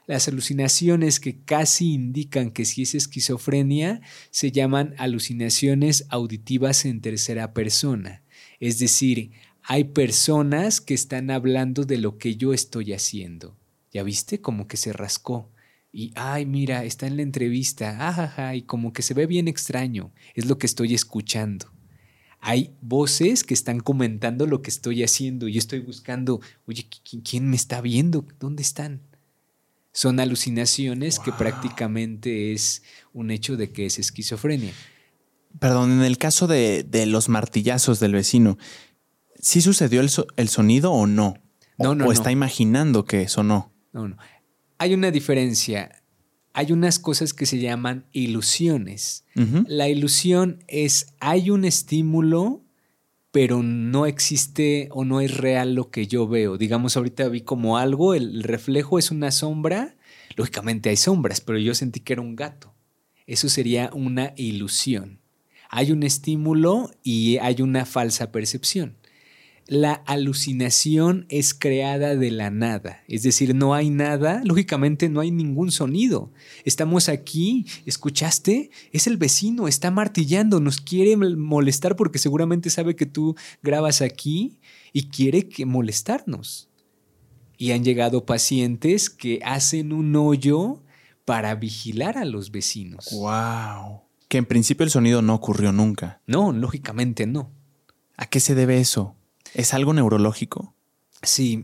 Las alucinaciones que casi indican que sí es esquizofrenia se llaman alucinaciones auditivas en tercera persona. Es decir, hay personas que están hablando de lo que yo estoy haciendo. ¿Ya viste? Como que se rascó. Y, ay, mira, está en la entrevista. Ajaja, y como que se ve bien extraño. Es lo que estoy escuchando. Hay voces que están comentando lo que estoy haciendo. Y yo estoy buscando, oye, ¿quién me está viendo? ¿Dónde están? Son alucinaciones que prácticamente es un hecho de que es esquizofrenia.
Perdón, en el caso de los martillazos del vecino, ¿sí sucedió el sonido o no?
No.
Está imaginando que sonó.
No. Hay una diferencia. Hay unas cosas que se llaman ilusiones.
Uh-huh.
La ilusión es, hay un estímulo, pero no existe o no es real lo que yo veo. Digamos, ahorita vi como algo, el reflejo es una sombra. Lógicamente hay sombras, pero yo sentí que era un gato. Eso sería una ilusión. Hay un estímulo y hay una falsa percepción. La alucinación es creada de la nada, es decir, no hay nada, lógicamente no hay ningún sonido. Estamos aquí, ¿escuchaste? Es el vecino, está martillando, nos quiere molestar porque seguramente sabe que tú grabas aquí y quiere molestarnos. Y han llegado pacientes que hacen un hoyo para vigilar a los vecinos.
¡Wow! Que en principio el sonido no ocurrió nunca.
No, lógicamente no.
¿A qué se debe eso? ¿Es algo neurológico?
Sí,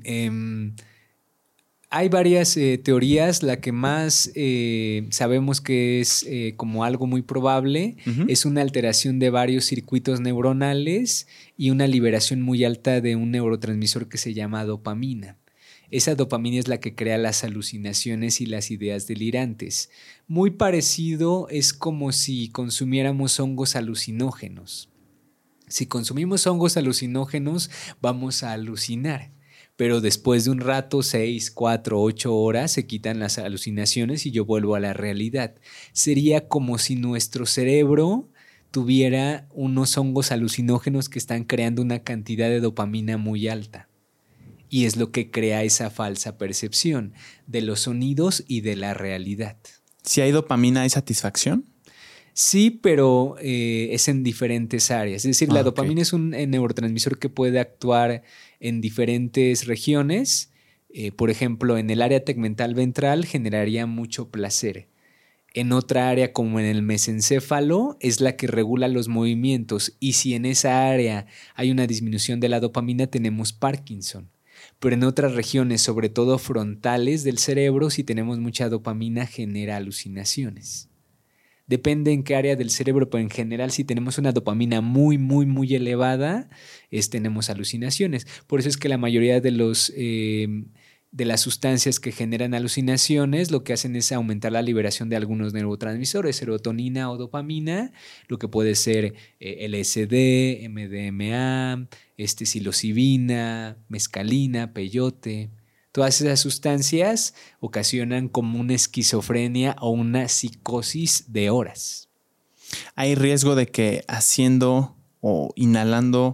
hay varias teorías. La que más sabemos que es como algo muy probable es una alteración de varios circuitos neuronales y una liberación muy alta de un neurotransmisor que se llama dopamina. Esa dopamina es la que crea las alucinaciones y las ideas delirantes. Muy parecido es como si consumiéramos hongos alucinógenos. Si consumimos hongos alucinógenos, vamos a alucinar. Pero después de un rato, 6, 4, 8 horas, se quitan las alucinaciones y yo vuelvo a la realidad. Sería como si nuestro cerebro tuviera unos hongos alucinógenos que están creando una cantidad de dopamina muy alta. Y es lo que crea esa falsa percepción de los sonidos y de la realidad.
Si hay dopamina, ¿hay satisfacción?
Sí, pero es en diferentes áreas. Es decir, la dopamina es un neurotransmisor que puede actuar en diferentes regiones. Por ejemplo, en el área tegmental ventral generaría mucho placer. En otra área, como en el mesencéfalo, es la que regula los movimientos. Y si en esa área hay una disminución de la dopamina, tenemos Parkinson. Pero en otras regiones, sobre todo frontales del cerebro, si tenemos mucha dopamina, genera alucinaciones. Depende en qué área del cerebro, pero en general si tenemos una dopamina muy, muy, muy elevada, tenemos alucinaciones. Por eso es que la mayoría de las sustancias que generan alucinaciones lo que hacen es aumentar la liberación de algunos neurotransmisores, serotonina o dopamina, lo que puede ser LSD, MDMA, psilocibina, mescalina, peyote. Todas esas sustancias ocasionan como una esquizofrenia o una psicosis de horas.
¿Hay riesgo de que haciendo o inhalando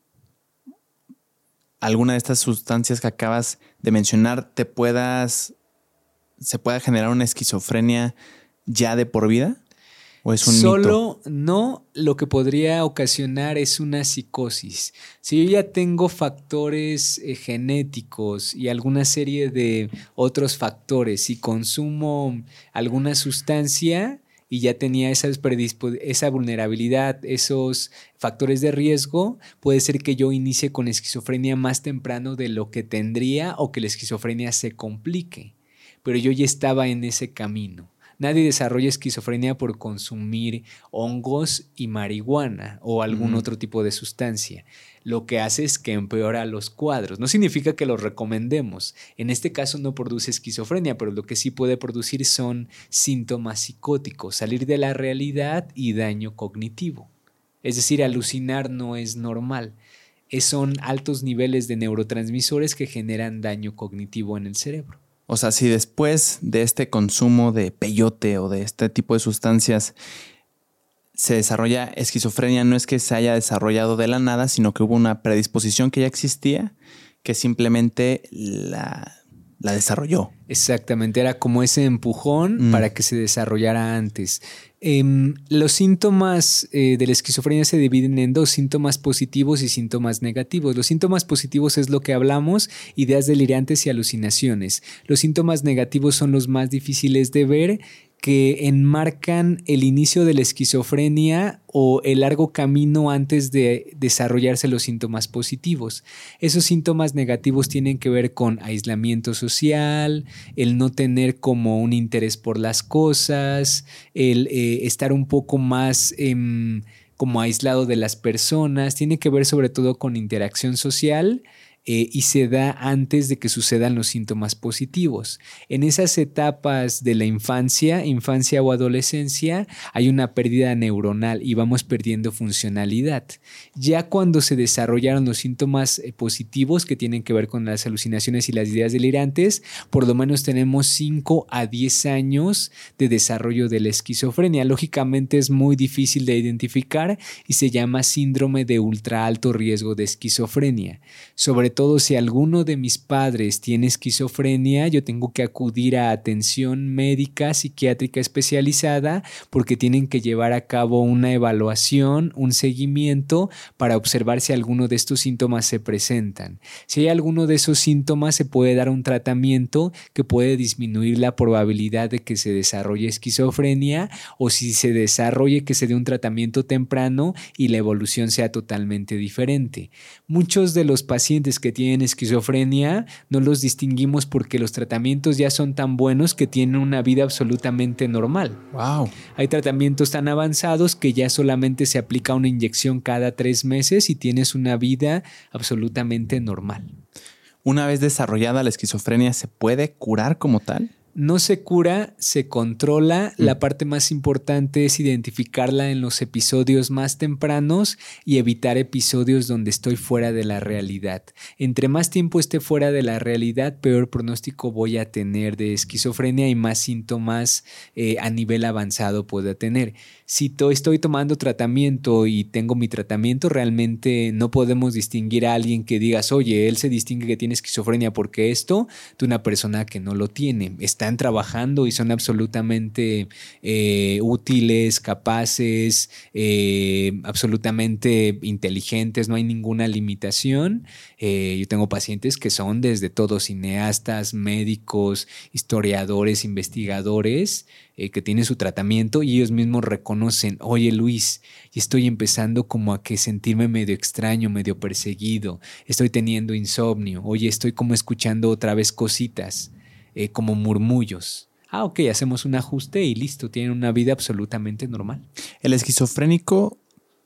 alguna de estas sustancias que acabas de mencionar se pueda generar una esquizofrenia ya de por vida? ¿O es un
Solo
mito?
no, lo que podría ocasionar es una psicosis. Si yo ya tengo factores genéticos y alguna serie de otros factores y consumo alguna sustancia y ya tenía esa vulnerabilidad, esos factores de riesgo, puede ser que yo inicie con esquizofrenia más temprano de lo que tendría o que la esquizofrenia se complique. Pero yo ya estaba en ese camino. Nadie desarrolla esquizofrenia por consumir hongos y marihuana o algún otro tipo de sustancia. Lo que hace es que empeora los cuadros. No significa que los recomendemos. En este caso no produce esquizofrenia, pero lo que sí puede producir son síntomas psicóticos, salir de la realidad y daño cognitivo. Es decir, alucinar no es normal. Son altos niveles de neurotransmisores que generan daño cognitivo en el cerebro.
O sea, si después de este consumo de peyote o de este tipo de sustancias se desarrolla esquizofrenia, no es que se haya desarrollado de la nada, sino que hubo una predisposición que ya existía, que simplemente la desarrolló.
Exactamente, era como ese empujón para que se desarrollara antes. Los síntomas de la esquizofrenia se dividen en dos: síntomas positivos y síntomas negativos. Los síntomas positivos es lo que hablamos: ideas delirantes y alucinaciones. Los síntomas negativos son los más difíciles de ver, que enmarcan el inicio de la esquizofrenia o el largo camino antes de desarrollarse los síntomas positivos. Esos síntomas negativos tienen que ver con aislamiento social, el no tener como un interés por las cosas, el estar un poco más como aislado de las personas. Tiene que ver sobre todo con interacción social. Y se da antes de que sucedan los síntomas positivos. En esas etapas de la infancia o adolescencia, hay una pérdida neuronal y vamos perdiendo funcionalidad. Ya cuando se desarrollaron los síntomas positivos, que tienen que ver con las alucinaciones y las ideas delirantes, por lo menos tenemos 5 a 10 años de desarrollo de la esquizofrenia. Lógicamente es muy difícil de identificar y se llama síndrome de ultra alto riesgo de esquizofrenia. Sobre todo si alguno de mis padres tiene esquizofrenia, yo tengo que acudir a atención médica psiquiátrica especializada, porque tienen que llevar a cabo una evaluación, un seguimiento para observar si alguno de estos síntomas se presentan. Si hay alguno de esos síntomas, se puede dar un tratamiento que puede disminuir la probabilidad de que se desarrolle esquizofrenia, o si se desarrolle, que se dé un tratamiento temprano y la evolución sea totalmente diferente. Muchos de los pacientes que tienen esquizofrenia no los distinguimos porque los tratamientos ya son tan buenos que tienen una vida absolutamente normal.
Wow.
Hay tratamientos tan avanzados que ya solamente se aplica una inyección cada 3 meses y tienes una vida absolutamente normal.
Una vez desarrollada la esquizofrenia, ¿se puede curar como tal?
No se cura, se controla. La parte más importante es identificarla en los episodios más tempranos y evitar episodios donde estoy fuera de la realidad. Entre más tiempo esté fuera de la realidad, peor pronóstico voy a tener de esquizofrenia y más síntomas a nivel avanzado puedo tener. Si estoy tomando tratamiento y tengo mi tratamiento, realmente no podemos distinguir a alguien que digas, oye, él se distingue que tiene esquizofrenia porque esto, de una persona que no lo tiene. Están trabajando y son absolutamente útiles, capaces, absolutamente inteligentes, no hay ninguna limitación. Yo tengo pacientes que son desde todo cineastas, médicos, historiadores, investigadores, que tienen su tratamiento y ellos mismos reconocen, oye Luis, y estoy empezando como a que sentirme medio extraño, medio perseguido, estoy teniendo insomnio, oye, estoy como escuchando otra vez cositas, como murmullos. Ok, hacemos un ajuste y listo, tienen una vida absolutamente normal.
El esquizofrénico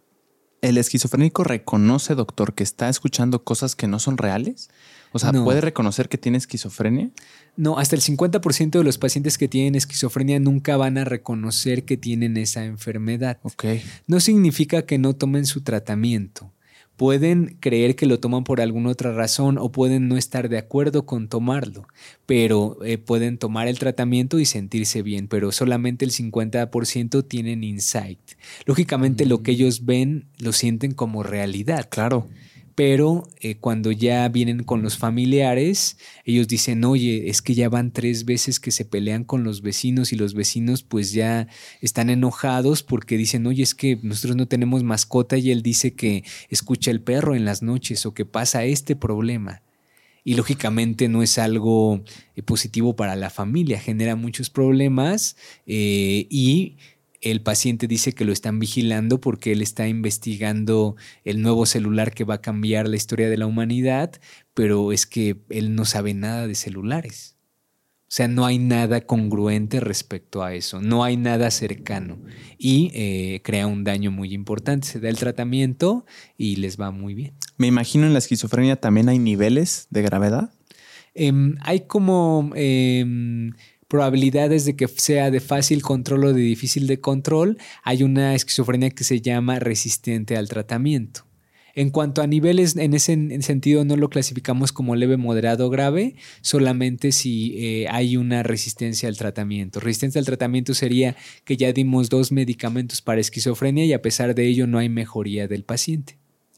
reconoce, doctor, que está escuchando cosas que no son reales. O sea,
no.
¿Puede reconocer que tiene esquizofrenia?
No, hasta el 50% de los pacientes que tienen esquizofrenia nunca van a reconocer que tienen esa enfermedad.
Okay.
No significa que no tomen su tratamiento. Pueden creer que lo toman por alguna otra razón o pueden no estar de acuerdo con tomarlo, pero pueden tomar el tratamiento y sentirse bien, pero solamente el 50% tienen insight. Lógicamente lo que ellos ven lo sienten como realidad.
Claro.
Pero cuando ya vienen con los familiares, ellos dicen, oye, es que ya van 3 veces que se pelean con los vecinos y los vecinos pues ya están enojados porque dicen, oye, es que nosotros no tenemos mascota y él dice que escucha el perro en las noches o que pasa este problema. Y lógicamente no es algo positivo para la familia, genera muchos problemas y el paciente dice que lo están vigilando porque él está investigando el nuevo celular que va a cambiar la historia de la humanidad, pero es que él no sabe nada de celulares. O sea, no hay nada congruente respecto a eso, no hay nada cercano y crea un daño muy importante. Se da el tratamiento y les va muy bien.
Me imagino en la esquizofrenia también hay niveles de gravedad.
Hay como probabilidades de que sea de fácil control o de difícil de control. Hay una esquizofrenia que se llama resistente al tratamiento. En cuanto a niveles, en ese sentido no lo clasificamos como leve, moderado o grave, solamente si hay una resistencia al tratamiento. Resistencia al tratamiento sería que ya dimos 2 medicamentos para esquizofrenia y a pesar de ello no hay mejoría del paciente.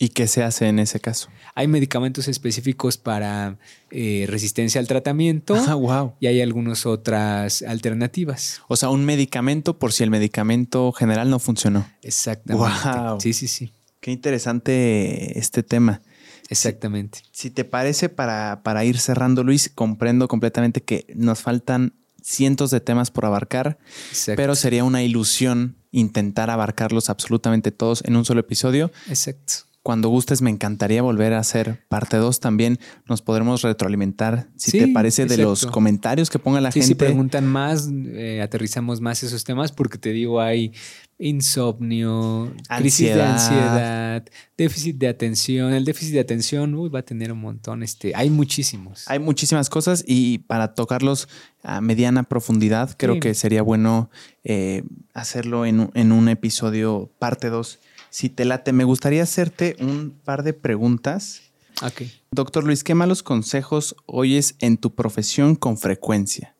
¿Y qué se hace en ese caso?
Hay medicamentos específicos para resistencia al tratamiento.
Wow.
Y hay algunas otras alternativas.
O sea, un medicamento por si el medicamento general no funcionó.
Exactamente.
Wow.
Sí.
Qué interesante este tema.
Exactamente.
Si te parece, para ir cerrando, Luis, comprendo completamente que nos faltan cientos de temas por abarcar,
Exacto.
pero sería una ilusión intentar abarcarlos absolutamente todos en un solo episodio.
Exacto.
Cuando gustes, me encantaría volver a hacer parte 2 también. Nos podremos retroalimentar, si
Sí,
te parece,
exacto.
de los comentarios que ponga la gente.
Si preguntan más, aterrizamos más esos temas porque te digo, hay insomnio, crisis de ansiedad, déficit de atención. El déficit de atención va a tener un montón. Hay muchísimos.
Hay muchísimas cosas y para tocarlos a mediana profundidad, creo que sería bueno hacerlo en un episodio parte 2. Si te late, me gustaría hacerte un par de preguntas.
Ok.
Doctor Luis, ¿qué malos consejos oyes en tu profesión con frecuencia?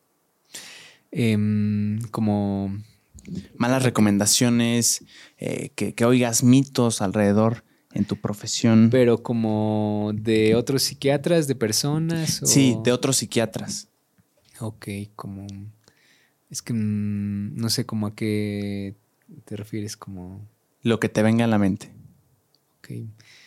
Como
malas recomendaciones, que oigas mitos alrededor en tu profesión.
Pero como de otros psiquiatras, de personas.
Sí, de otros psiquiatras.
Ok, como... Es que no sé cómo a qué te refieres, como...
Lo que te venga a la mente.
Ok.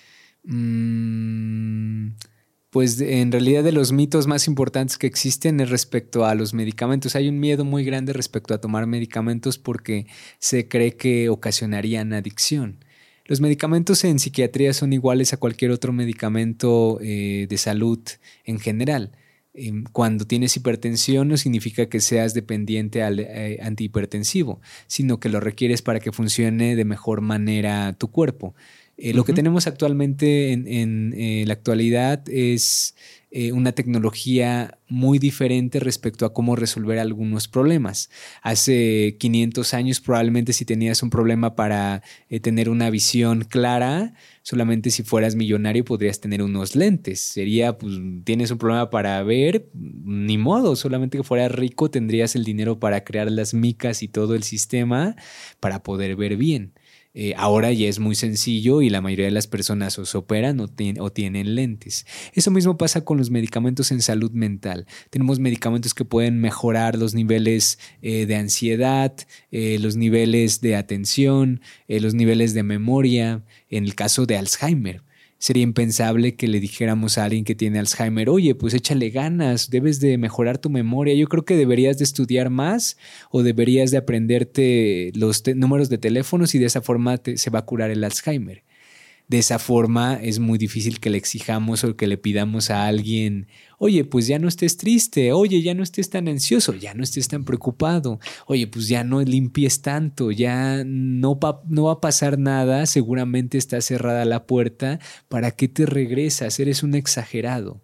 Pues en realidad de los mitos más importantes que existen es respecto a los medicamentos. Hay un miedo muy grande respecto a tomar medicamentos porque se cree que ocasionarían adicción. Los medicamentos en psiquiatría son iguales a cualquier otro medicamento de salud en general. Cuando tienes hipertensión no significa que seas dependiente al antihipertensivo, sino que lo requieres para que funcione de mejor manera tu cuerpo. Lo que tenemos actualmente en la actualidad es una tecnología muy diferente respecto a cómo resolver algunos problemas. Hace 500 años probablemente si tenías un problema para tener una visión clara, solamente si fueras millonario podrías tener unos lentes. Sería, pues, tienes un problema para ver, ni modo, solamente que fueras rico tendrías el dinero para crear las micas y todo el sistema para poder ver bien. Ahora ya es muy sencillo y la mayoría de las personas o se operan o tienen lentes. Eso mismo pasa con los medicamentos en salud mental. Tenemos medicamentos que pueden mejorar los niveles de ansiedad, los niveles de atención, los niveles de memoria. En el caso de Alzheimer, sería impensable que le dijéramos a alguien que tiene Alzheimer, oye, pues échale ganas, debes de mejorar tu memoria. Yo creo que deberías de estudiar más o deberías de aprenderte los números de teléfonos y de esa forma se va a curar el Alzheimer. De esa forma es muy difícil que le exijamos o que le pidamos a alguien, oye, pues ya no estés triste, oye, ya no estés tan ansioso, ya no estés tan preocupado, oye, pues ya no limpies tanto, ya no va a pasar nada, seguramente está cerrada la puerta, ¿para qué te regresas? Eres un exagerado.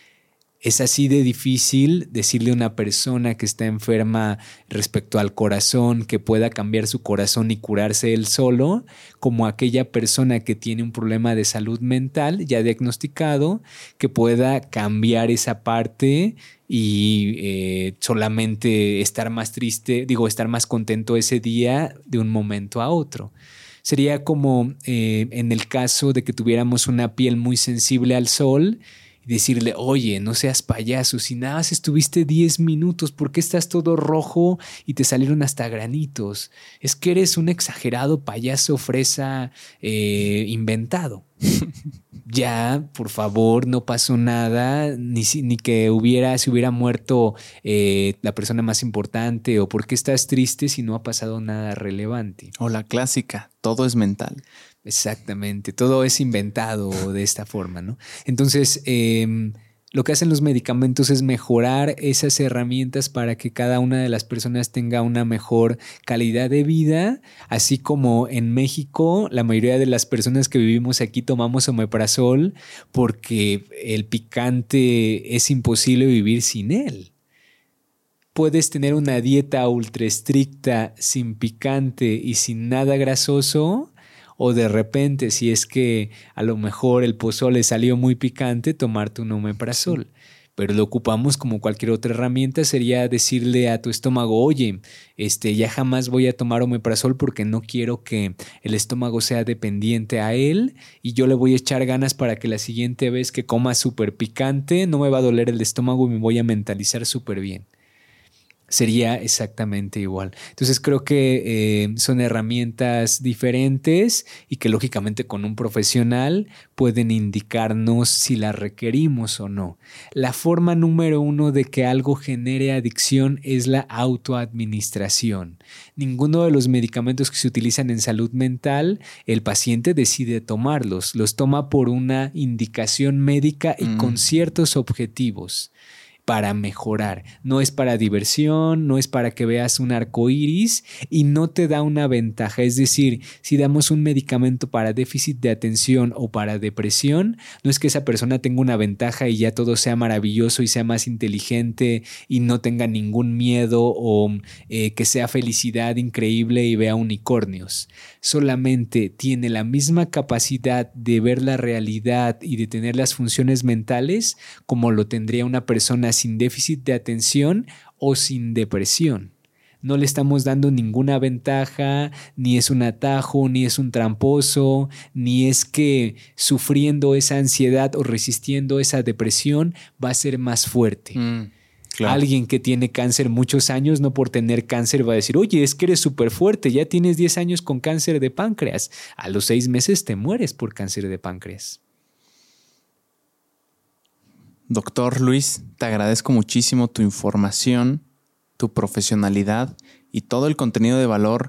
Es así de difícil decirle a una persona que está enferma respecto al corazón que pueda cambiar su corazón y curarse él solo, como aquella persona que tiene un problema de salud mental ya diagnosticado, que pueda cambiar esa parte y solamente estar más triste, estar más contento ese día de un momento a otro. Sería como en el caso de que tuviéramos una piel muy sensible al sol, y decirle, oye, no seas payaso, si nada más estuviste 10 minutos, ¿por qué estás todo rojo y te salieron hasta granitos? Es que eres un exagerado payaso fresa inventado. Ya, por favor, no pasó nada, ni que se hubiera muerto la persona más importante, o por qué estás triste si no ha pasado nada relevante.
O la clásica, todo es mental.
Exactamente, todo es inventado de esta forma, ¿no? Entonces, lo que hacen los medicamentos es mejorar esas herramientas para que cada una de las personas tenga una mejor calidad de vida, así como en México la mayoría de las personas que vivimos aquí tomamos omeprazol porque el picante es imposible vivir sin él. Puedes tener una dieta ultra estricta sin picante y sin nada grasoso, o de repente, si es que a lo mejor el pozole salió muy picante, tomarte un omeprazol. pero lo ocupamos como cualquier otra herramienta. Sería decirle a tu estómago, oye, ya jamás voy a tomar omeprazol porque no quiero que el estómago sea dependiente a él, y yo le voy a echar ganas para que la siguiente vez que coma súper picante no me va a doler el estómago y me voy a mentalizar súper bien. Sería exactamente igual. Entonces creo que son herramientas diferentes y que lógicamente con un profesional pueden indicarnos si las requerimos o no. La forma número 1 de que algo genere adicción es la autoadministración. Ninguno de los medicamentos que se utilizan en salud mental, el paciente decide tomarlos. Los toma por una indicación médica y con ciertos objetivos. Para mejorar, no es para diversión, no es para que veas un arco iris y no te da una ventaja. Es decir, si damos un medicamento para déficit de atención o para depresión, no es que esa persona tenga una ventaja y ya todo sea maravilloso y sea más inteligente y no tenga ningún miedo o que sea felicidad increíble y vea unicornios. Solamente tiene la misma capacidad de ver la realidad y de tener las funciones mentales como lo tendría una persona sin déficit de atención o sin depresión. No le estamos dando ninguna ventaja, ni es un atajo, ni es un tramposo, ni es que sufriendo esa ansiedad o resistiendo esa depresión va a ser más fuerte. Claro. Alguien que tiene cáncer muchos años, no por tener cáncer va a decir, oye, es que eres súper fuerte, ya tienes 10 años con cáncer de páncreas. A los 6 meses te mueres por cáncer de páncreas.
Doctor Luis, te agradezco muchísimo tu información, tu profesionalidad y todo el contenido de valor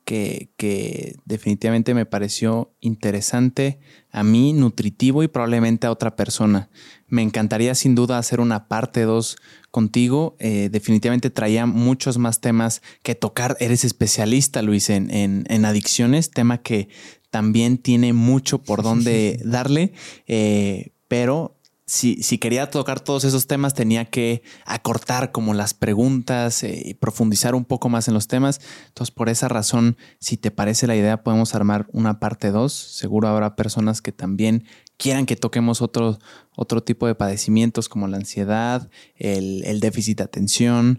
que definitivamente me pareció interesante, a mí nutritivo y probablemente a otra persona. Me encantaría sin duda hacer una parte 2 contigo. Definitivamente traía muchos más temas que tocar. Eres especialista, Luis, en adicciones, tema que también tiene mucho por donde darle, pero si quería tocar todos esos temas tenía que acortar como las preguntas y profundizar un poco más en los temas. Entonces, por esa razón, si te parece la idea, podemos armar una parte 2. Seguro habrá personas que también quieran que toquemos otro tipo de padecimientos como la ansiedad, el déficit de atención.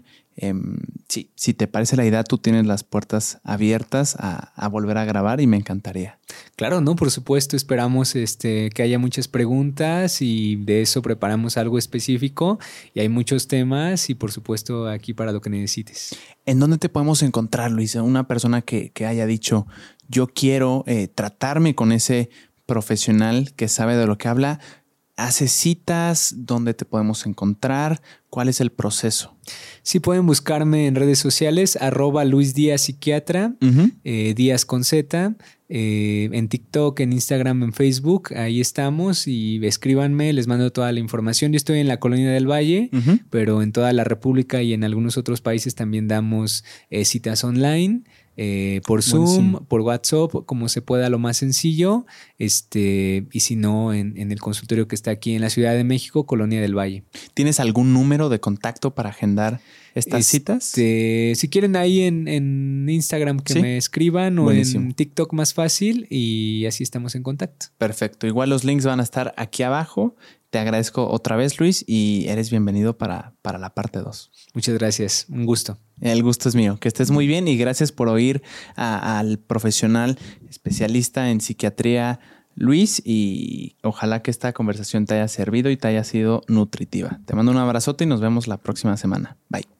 Si te parece la idea, tú tienes las puertas abiertas a volver a grabar y me encantaría.
Claro, no, por supuesto, esperamos que haya muchas preguntas y de eso preparamos algo específico y hay muchos temas y por supuesto aquí para lo que necesites.
¿En dónde te podemos encontrar, Luis? Una persona que haya dicho, yo quiero tratarme con ese profesional que sabe de lo que habla. ¿Haces citas? ¿Dónde te podemos encontrar? ¿Cuál es el proceso?
Sí, pueden buscarme en redes sociales, @LuisDiazPsiquiatra, Díaz con Z, en TikTok, en Instagram, en Facebook, ahí estamos y escríbanme, les mando toda la información. Yo estoy en la Colonia del Valle, pero en toda la República y en algunos otros países también damos citas online. Por Zoom, buenísimo, por WhatsApp, como se pueda, lo más sencillo, y si no, en el consultorio que está aquí en la Ciudad de México, Colonia del Valle.
¿Tienes algún número de contacto para agendar estas citas?
Si quieren ahí en Instagram que me escriban o buenísimo, en TikTok más fácil y así estamos en contacto.
Perfecto, igual los links van a estar aquí abajo. Te agradezco otra vez, Luis, y eres bienvenido para la parte 2.
Muchas gracias, un gusto.
El gusto es mío. Que estés muy bien y gracias por oír al profesional especialista en psiquiatría, Luis, y ojalá que esta conversación te haya servido y te haya sido nutritiva. Te mando un abrazote y nos vemos la próxima semana. Bye.